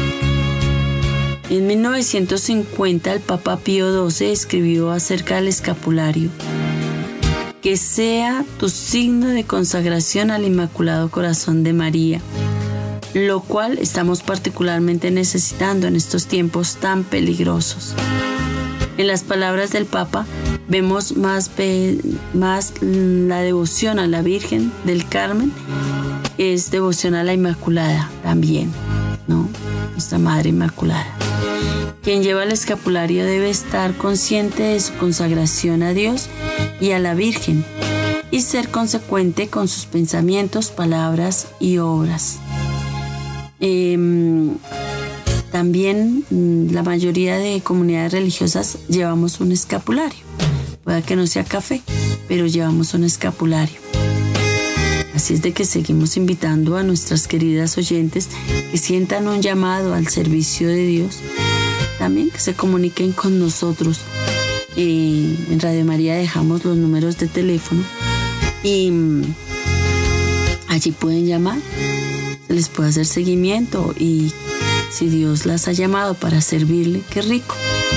En 1950 el Papa Pío XII escribió acerca del escapulario: que sea tu signo de consagración al Inmaculado Corazón de María, lo cual estamos particularmente necesitando en estos tiempos tan peligrosos. En las palabras del Papa vemos más la devoción a la Virgen del Carmen, es devoción a la Inmaculada también, ¿no? Nuestra Madre Inmaculada. Quien lleva el escapulario debe estar consciente de su consagración a Dios y a la Virgen y ser consecuente con sus pensamientos, palabras y obras. También la mayoría de comunidades religiosas llevamos un escapulario. Puede que no sea café, pero llevamos un escapulario. Así es de que seguimos invitando a nuestras queridas oyentes que sientan un llamado al servicio de Dios, también que se comuniquen con nosotros. En Radio María dejamos los números de teléfono y allí pueden llamar, se les puede hacer seguimiento y si Dios las ha llamado para servirle, qué rico.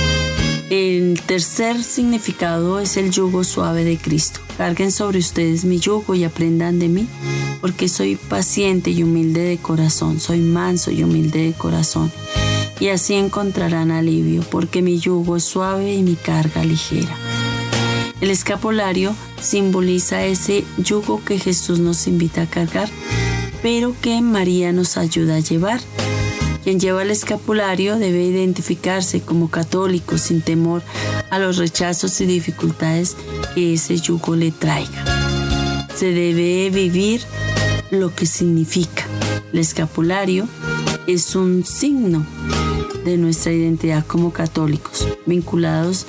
El tercer significado es el yugo suave de Cristo. Carguen sobre ustedes mi yugo y aprendan de mí, porque soy paciente y humilde de corazón, soy manso y humilde de corazón. Y así encontrarán alivio, porque mi yugo es suave y mi carga ligera. El escapulario simboliza ese yugo que Jesús nos invita a cargar, pero que María nos ayuda a llevar. Quien lleva el escapulario debe identificarse como católico sin temor a los rechazos y dificultades que ese yugo le traiga. Se debe vivir lo que significa. El escapulario es un signo de nuestra identidad como católicos, vinculados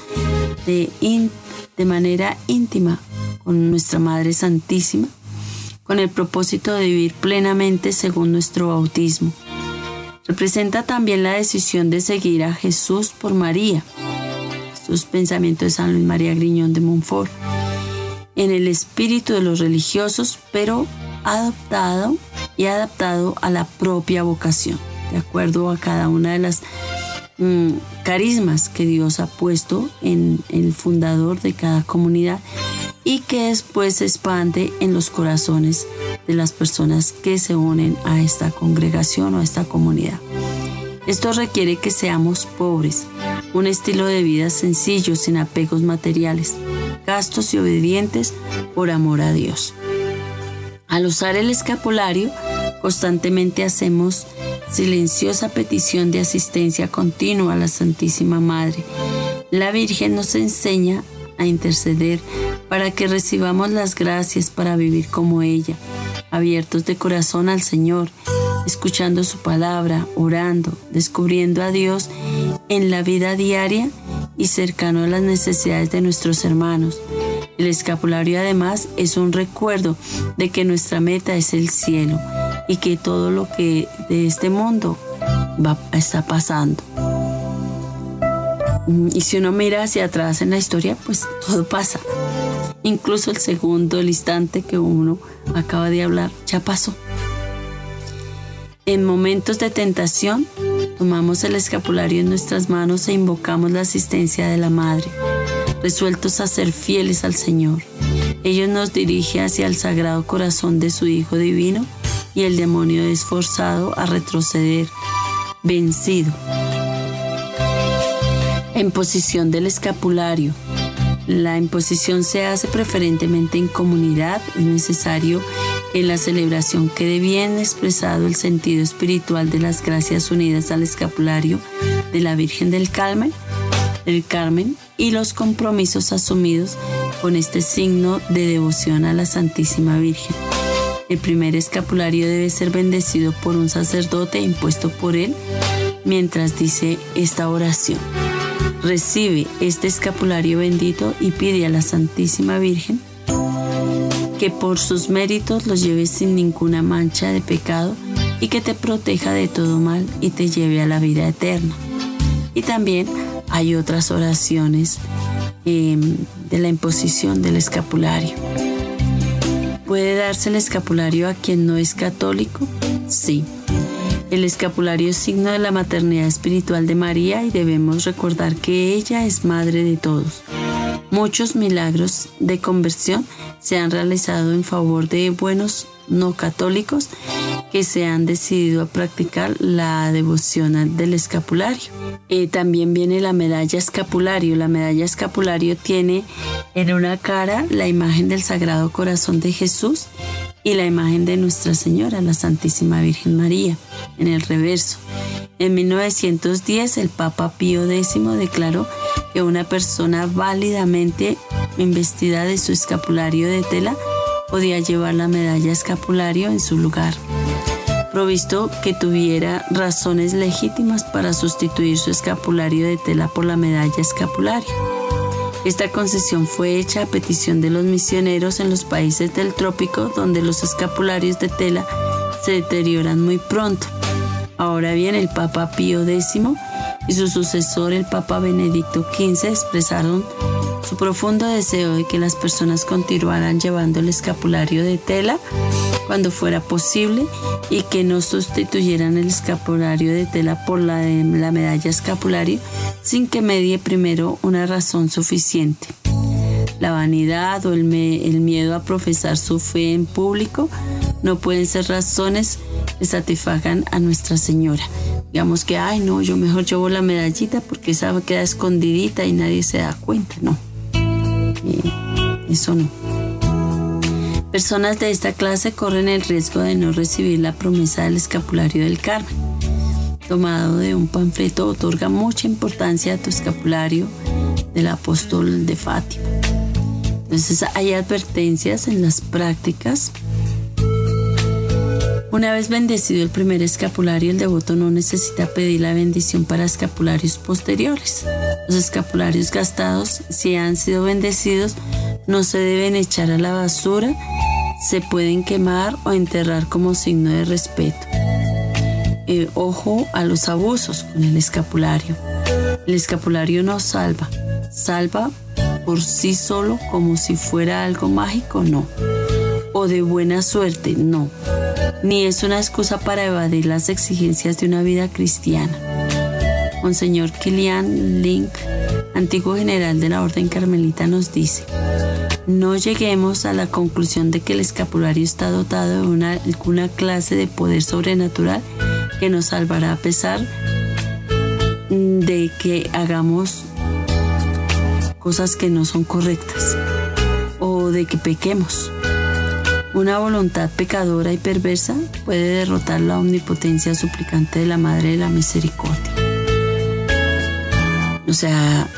de manera íntima con nuestra Madre Santísima, con el propósito de vivir plenamente según nuestro bautismo. Representa también la decisión de seguir a Jesús por María. Estos pensamientos de San Luis María Griñón de Montfort. En el espíritu de los religiosos, pero adaptado a la propia vocación, de acuerdo a cada una de las carismas que Dios ha puesto en el fundador de cada comunidad y que después se expande en los corazones de las personas que se unen a esta congregación o a esta comunidad. Esto requiere que seamos pobres, un estilo de vida sencillo, sin apegos materiales, castos y obedientes por amor a Dios. Al usar el escapulario, constantemente hacemos silenciosa petición de asistencia continua a la Santísima Madre. La Virgen nos enseña a interceder para que recibamos las gracias para vivir como ella, abiertos de corazón al Señor, escuchando su palabra, orando, descubriendo a Dios en la vida diaria y cercano a las necesidades de nuestros hermanos. El escapulario además es un recuerdo de que nuestra meta es el cielo y que todo lo que de este mundo está pasando. Y si uno mira hacia atrás en la historia, pues todo pasa. Incluso el segundo, el instante que uno acaba de hablar, ya pasó. En momentos de tentación, tomamos el escapulario en nuestras manos e invocamos la asistencia de la Madre, resueltos a ser fieles al Señor. Ello nos dirige hacia el Sagrado Corazón de su Hijo Divino y el demonio es forzado a retroceder, vencido. En posición del escapulario. La imposición se hace preferentemente en comunidad. Es necesario que en la celebración quede bien expresado el sentido espiritual de las gracias unidas al escapulario de la Virgen del Carmen y los compromisos asumidos con este signo de devoción a la Santísima Virgen. El primer escapulario debe ser bendecido por un sacerdote impuesto por él mientras dice esta oración. Recibe este escapulario bendito y pide a la Santísima Virgen que por sus méritos los lleves sin ninguna mancha de pecado y que te proteja de todo mal y te lleve a la vida eterna. Y también hay otras oraciones de la imposición del escapulario. ¿Puede darse el escapulario a quien no es católico? Sí. El escapulario es signo de la maternidad espiritual de María y debemos recordar que ella es madre de todos. Muchos milagros de conversión se han realizado en favor de buenos no católicos que se han decidido a practicar la devoción del escapulario. También viene la medalla escapulario. La medalla escapulario tiene en una cara la imagen del Sagrado Corazón de Jesús y la imagen de Nuestra Señora, la Santísima Virgen María, en el reverso. En 1910, el Papa Pío X declaró que una persona válidamente investida de su escapulario de tela podía llevar la medalla escapulario en su lugar, provisto que tuviera razones legítimas para sustituir su escapulario de tela por la medalla escapulario. Esta concesión fue hecha a petición de los misioneros en los países del trópico, donde los escapularios de tela se deterioran muy pronto. Ahora bien, el Papa Pío X y su sucesor, el Papa Benedicto XV, expresaron su profundo deseo de que las personas continuaran llevando el escapulario de tela cuando fuera posible y que no sustituyeran el escapulario de tela por la medalla escapulario sin que medie primero una razón suficiente. La vanidad o el miedo a profesar su fe en público no pueden ser razones que satisfagan a Nuestra Señora. Digamos que, ay no, yo mejor llevo la medallita porque esa queda escondidita y nadie se da cuenta, no. Eso no. Personas de esta clase corren el riesgo de no recibir la promesa del escapulario del Carmen. Tomado de un panfleto, otorga mucha importancia a tu escapulario del apóstol de Fátima. Entonces hay advertencias en las prácticas. Una vez bendecido el primer escapulario, el devoto no necesita pedir la bendición para escapularios posteriores. Los escapularios gastados, si han sido bendecidos, no se deben echar a la basura, se pueden quemar o enterrar como signo de respeto. Ojo a los abusos con el escapulario. El escapulario no salva. Salva por sí solo como si fuera algo mágico, no. O de buena suerte, no. Ni es una excusa para evadir las exigencias de una vida cristiana. Monseñor Kilian Link, antiguo general de la Orden Carmelita, nos dice: no lleguemos a la conclusión de que el escapulario está dotado de alguna clase de poder sobrenatural que nos salvará a pesar de que hagamos cosas que no son correctas o de que pequemos. Una voluntad pecadora y perversa puede derrotar la omnipotencia suplicante de la Madre de la Misericordia. O sea,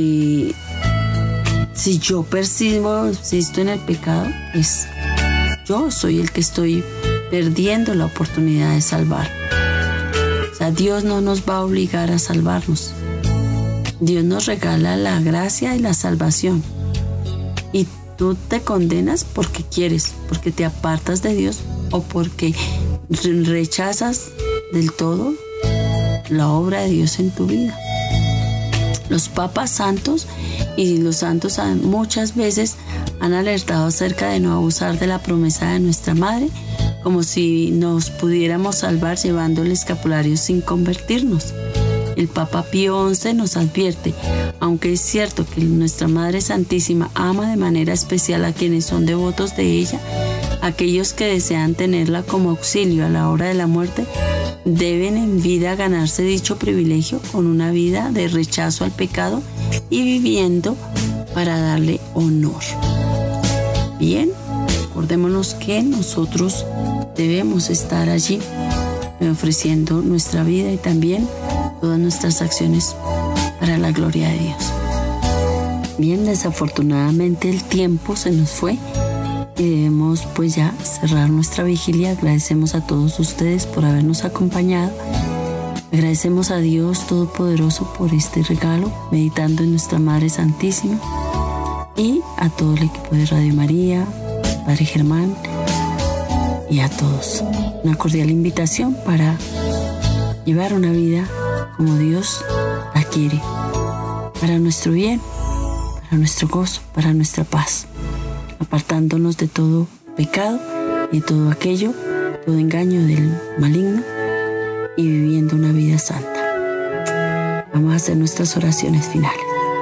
si yo persisto en el pecado, pues yo soy el que estoy perdiendo la oportunidad de salvar. O sea, Dios no nos va a obligar a salvarnos. Dios nos regala la gracia y la salvación. Y tú te condenas porque quieres, porque te apartas de Dios o porque rechazas del todo la obra de Dios en tu vida. Los papas santos y los santos muchas veces han alertado acerca de no abusar de la promesa de nuestra Madre, como si nos pudiéramos salvar llevando el escapulario sin convertirnos. El Papa Pío XI nos advierte: aunque es cierto que nuestra Madre Santísima ama de manera especial a quienes son devotos de ella, aquellos que desean tenerla como auxilio a la hora de la muerte deben en vida ganarse dicho privilegio con una vida de rechazo al pecado y viviendo para darle honor. Bien, acordémonos que nosotros debemos estar allí ofreciendo nuestra vida y también todas nuestras acciones para la gloria de Dios. Bien, desafortunadamente el tiempo se nos fue y debemos pues ya cerrar nuestra vigilia. Agradecemos a todos ustedes por habernos acompañado. Agradecemos a Dios Todopoderoso por este regalo, meditando en nuestra Madre Santísima, y a todo el equipo de Radio María, Padre Germán, y a todos. Una cordial invitación para llevar una vida como Dios la quiere, para nuestro bien, para nuestro gozo, para nuestra paz, apartándonos de todo pecado y todo aquello, todo engaño del maligno, y viviendo una vida santa. Vamos a hacer nuestras oraciones finales.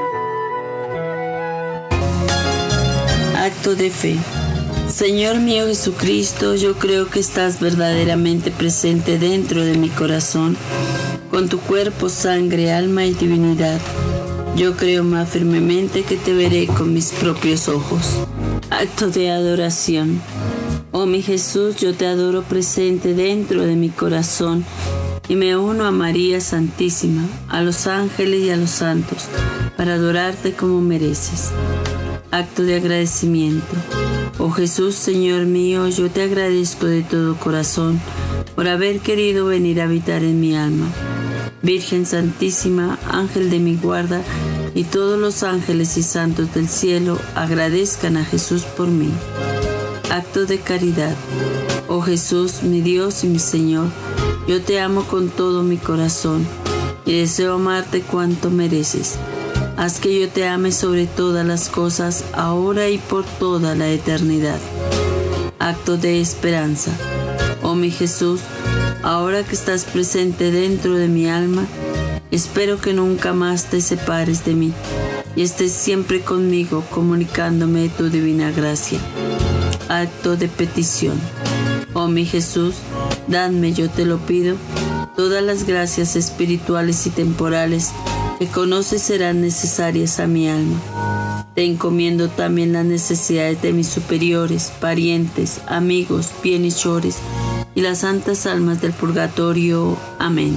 Acto de fe. Señor mío Jesucristo, yo creo que estás verdaderamente presente dentro de mi corazón, con tu cuerpo, sangre, alma y divinidad. Yo creo más firmemente que te veré con mis propios ojos. Acto de adoración. Oh mi Jesús, yo te adoro presente dentro de mi corazón y me uno a María Santísima, a los ángeles y a los santos, para adorarte como mereces. Acto de agradecimiento. Oh Jesús, Señor mío, yo te agradezco de todo corazón por haber querido venir a habitar en mi alma. Virgen Santísima, ángel de mi guarda, y todos los ángeles y santos del cielo agradezcan a Jesús por mí. Acto de caridad. Oh Jesús, mi Dios y mi Señor, yo te amo con todo mi corazón y deseo amarte cuanto mereces. Haz que yo te ame sobre todas las cosas, ahora y por toda la eternidad. Acto de esperanza. Oh mi Jesús, ahora que estás presente dentro de mi alma, espero que nunca más te separes de mí y estés siempre conmigo comunicándome de tu divina gracia. Acto de petición. Oh mi Jesús, dadme, yo te lo pido, todas las gracias espirituales y temporales que conoces serán necesarias a mi alma. Te encomiendo también las necesidades de mis superiores, parientes, amigos, bienhechores y las santas almas del purgatorio. Amén.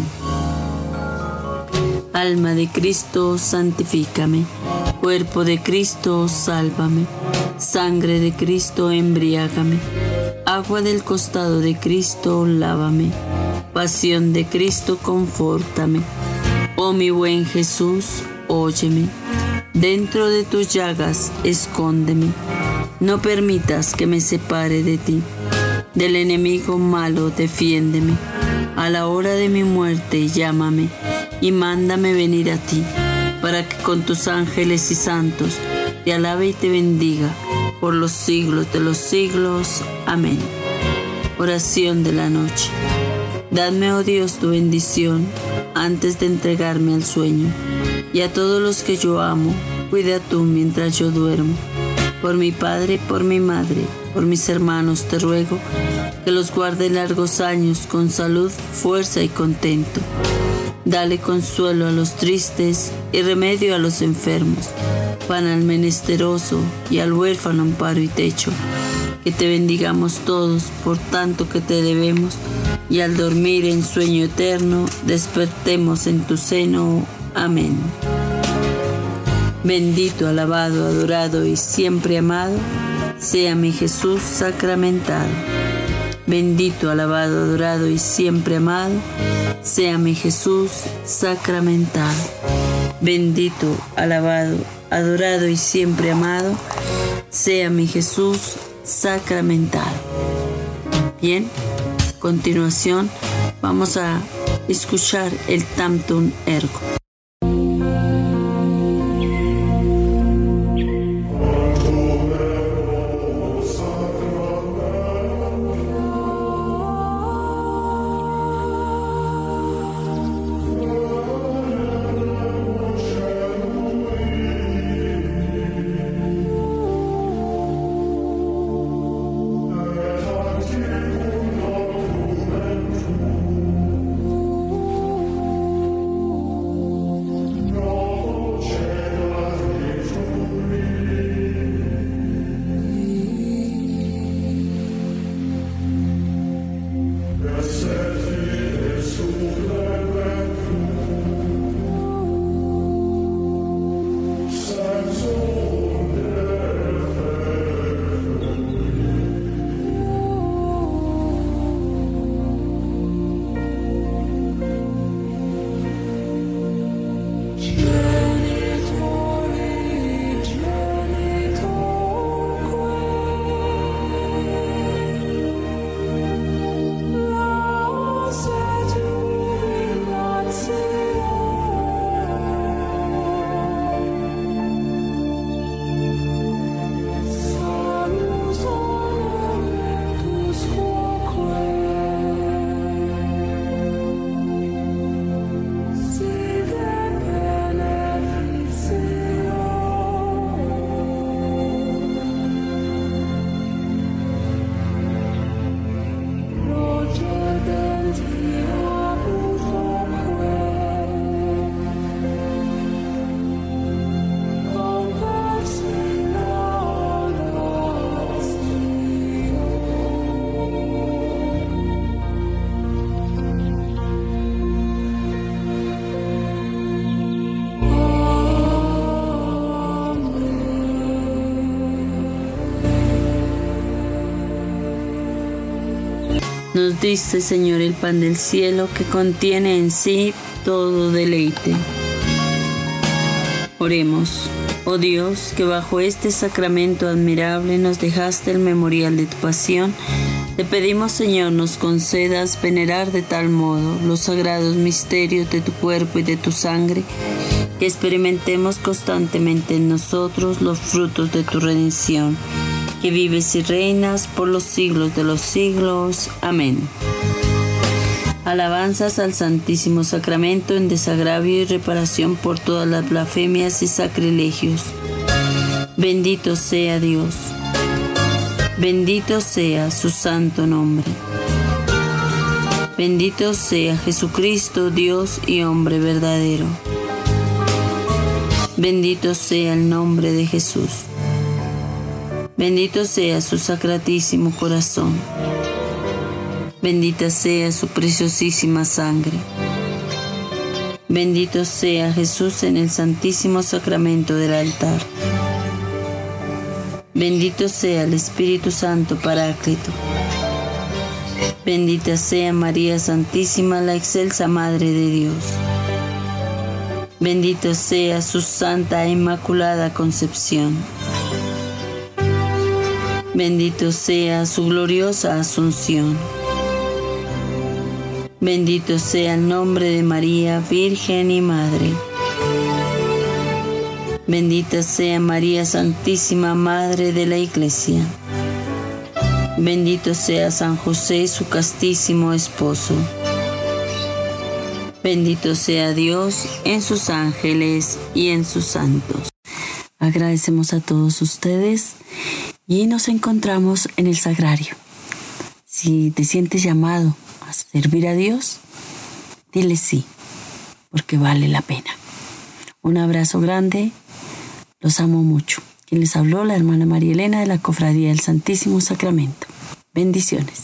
Alma de Cristo, santifícame. Cuerpo de Cristo, sálvame. Sangre de Cristo, embriágame. Agua del costado de Cristo, lávame. Pasión de Cristo, confórtame. Oh mi buen Jesús, óyeme. Dentro de tus llagas, escóndeme. No permitas que me separe de ti. Del enemigo malo, defiéndeme. A la hora de mi muerte, llámame y mándame venir a ti, para que con tus ángeles y santos te alabe y te bendiga por los siglos de los siglos. Amén. Oración de la noche. Dadme, oh Dios, tu bendición antes de entregarme al sueño, y a todos los que yo amo, cuida tú mientras yo duermo. Por mi padre, por mi madre, por mis hermanos te ruego, que los guarde largos años con salud, fuerza y contento. Dale consuelo a los tristes y remedio a los enfermos, pan al menesteroso y al huérfano amparo y techo. Que te bendigamos todos por tanto que te debemos, y al dormir en sueño eterno despertemos en tu seno. Amén. Bendito, alabado, adorado y siempre amado sea mi Jesús sacramentado. Bendito, alabado, adorado y siempre amado sea mi Jesús sacramentado. Bendito, alabado, adorado y siempre amado sea mi Jesús sacramentado. Bien, a continuación vamos a escuchar el Tantum Ergo. Nos diste, Señor, el pan del cielo que contiene en sí todo deleite. Oremos. Oh Dios, que bajo este sacramento admirable nos dejaste el memorial de tu pasión, te pedimos, Señor, nos concedas venerar de tal modo los sagrados misterios de tu cuerpo y de tu sangre, que experimentemos constantemente en nosotros los frutos de tu redención, que vives y reinas por los siglos de los siglos. Amén. Alabanzas al Santísimo Sacramento en desagravio y reparación por todas las blasfemias y sacrilegios. Bendito sea Dios. Bendito sea su santo nombre. Bendito sea Jesucristo, Dios y hombre verdadero. Bendito sea el nombre de Jesús. Bendito sea su sacratísimo corazón. Bendita sea su preciosísima sangre. Bendito sea Jesús en el santísimo sacramento del altar. Bendito sea el Espíritu Santo Paráclito. Bendita sea María Santísima, la excelsa Madre de Dios. Bendita sea su santa e inmaculada concepción. Bendito sea su gloriosa asunción. Bendito sea el nombre de María, Virgen y Madre. Bendita sea María Santísima, Madre de la Iglesia. Bendito sea San José, su castísimo esposo. Bendito sea Dios en sus ángeles y en sus santos. Agradecemos a todos ustedes y nos encontramos en el sagrario. Si te sientes llamado a servir a Dios, dile sí, porque vale la pena. Un abrazo grande, los amo mucho. Quien les habló, la hermana María Elena de la Cofradía del Santísimo Sacramento. Bendiciones.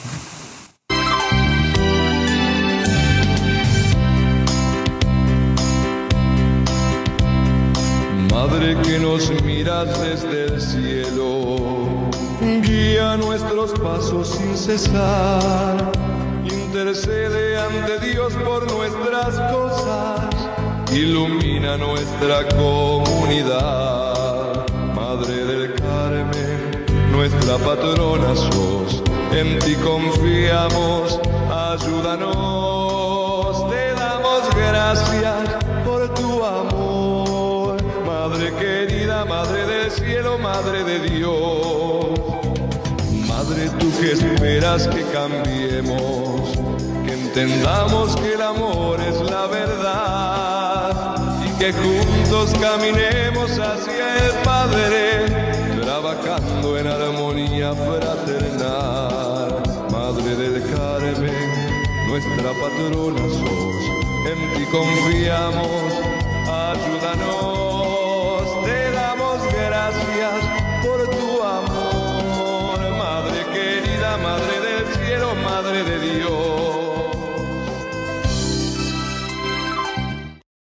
Madre que nos miras desde el cielo, guía nuestros pasos sin cesar, intercede ante Dios por nuestras cosas, ilumina nuestra comunidad. Madre del Carmen, nuestra patrona sos, en ti confiamos, ayúdanos, te damos gracias por tu amor. Madre querida, Madre del cielo, Madre de Dios. Madre, tú que esperas que cambiemos, que entendamos que el amor es la verdad y que juntos caminemos hacia el Padre, trabajando en armonía fraternal. Madre del Carmen, nuestra patrona sos, en ti confiamos, ayúdanos, te damos gracias por tu amor. Madre querida, Madre del cielo, Madre de Dios.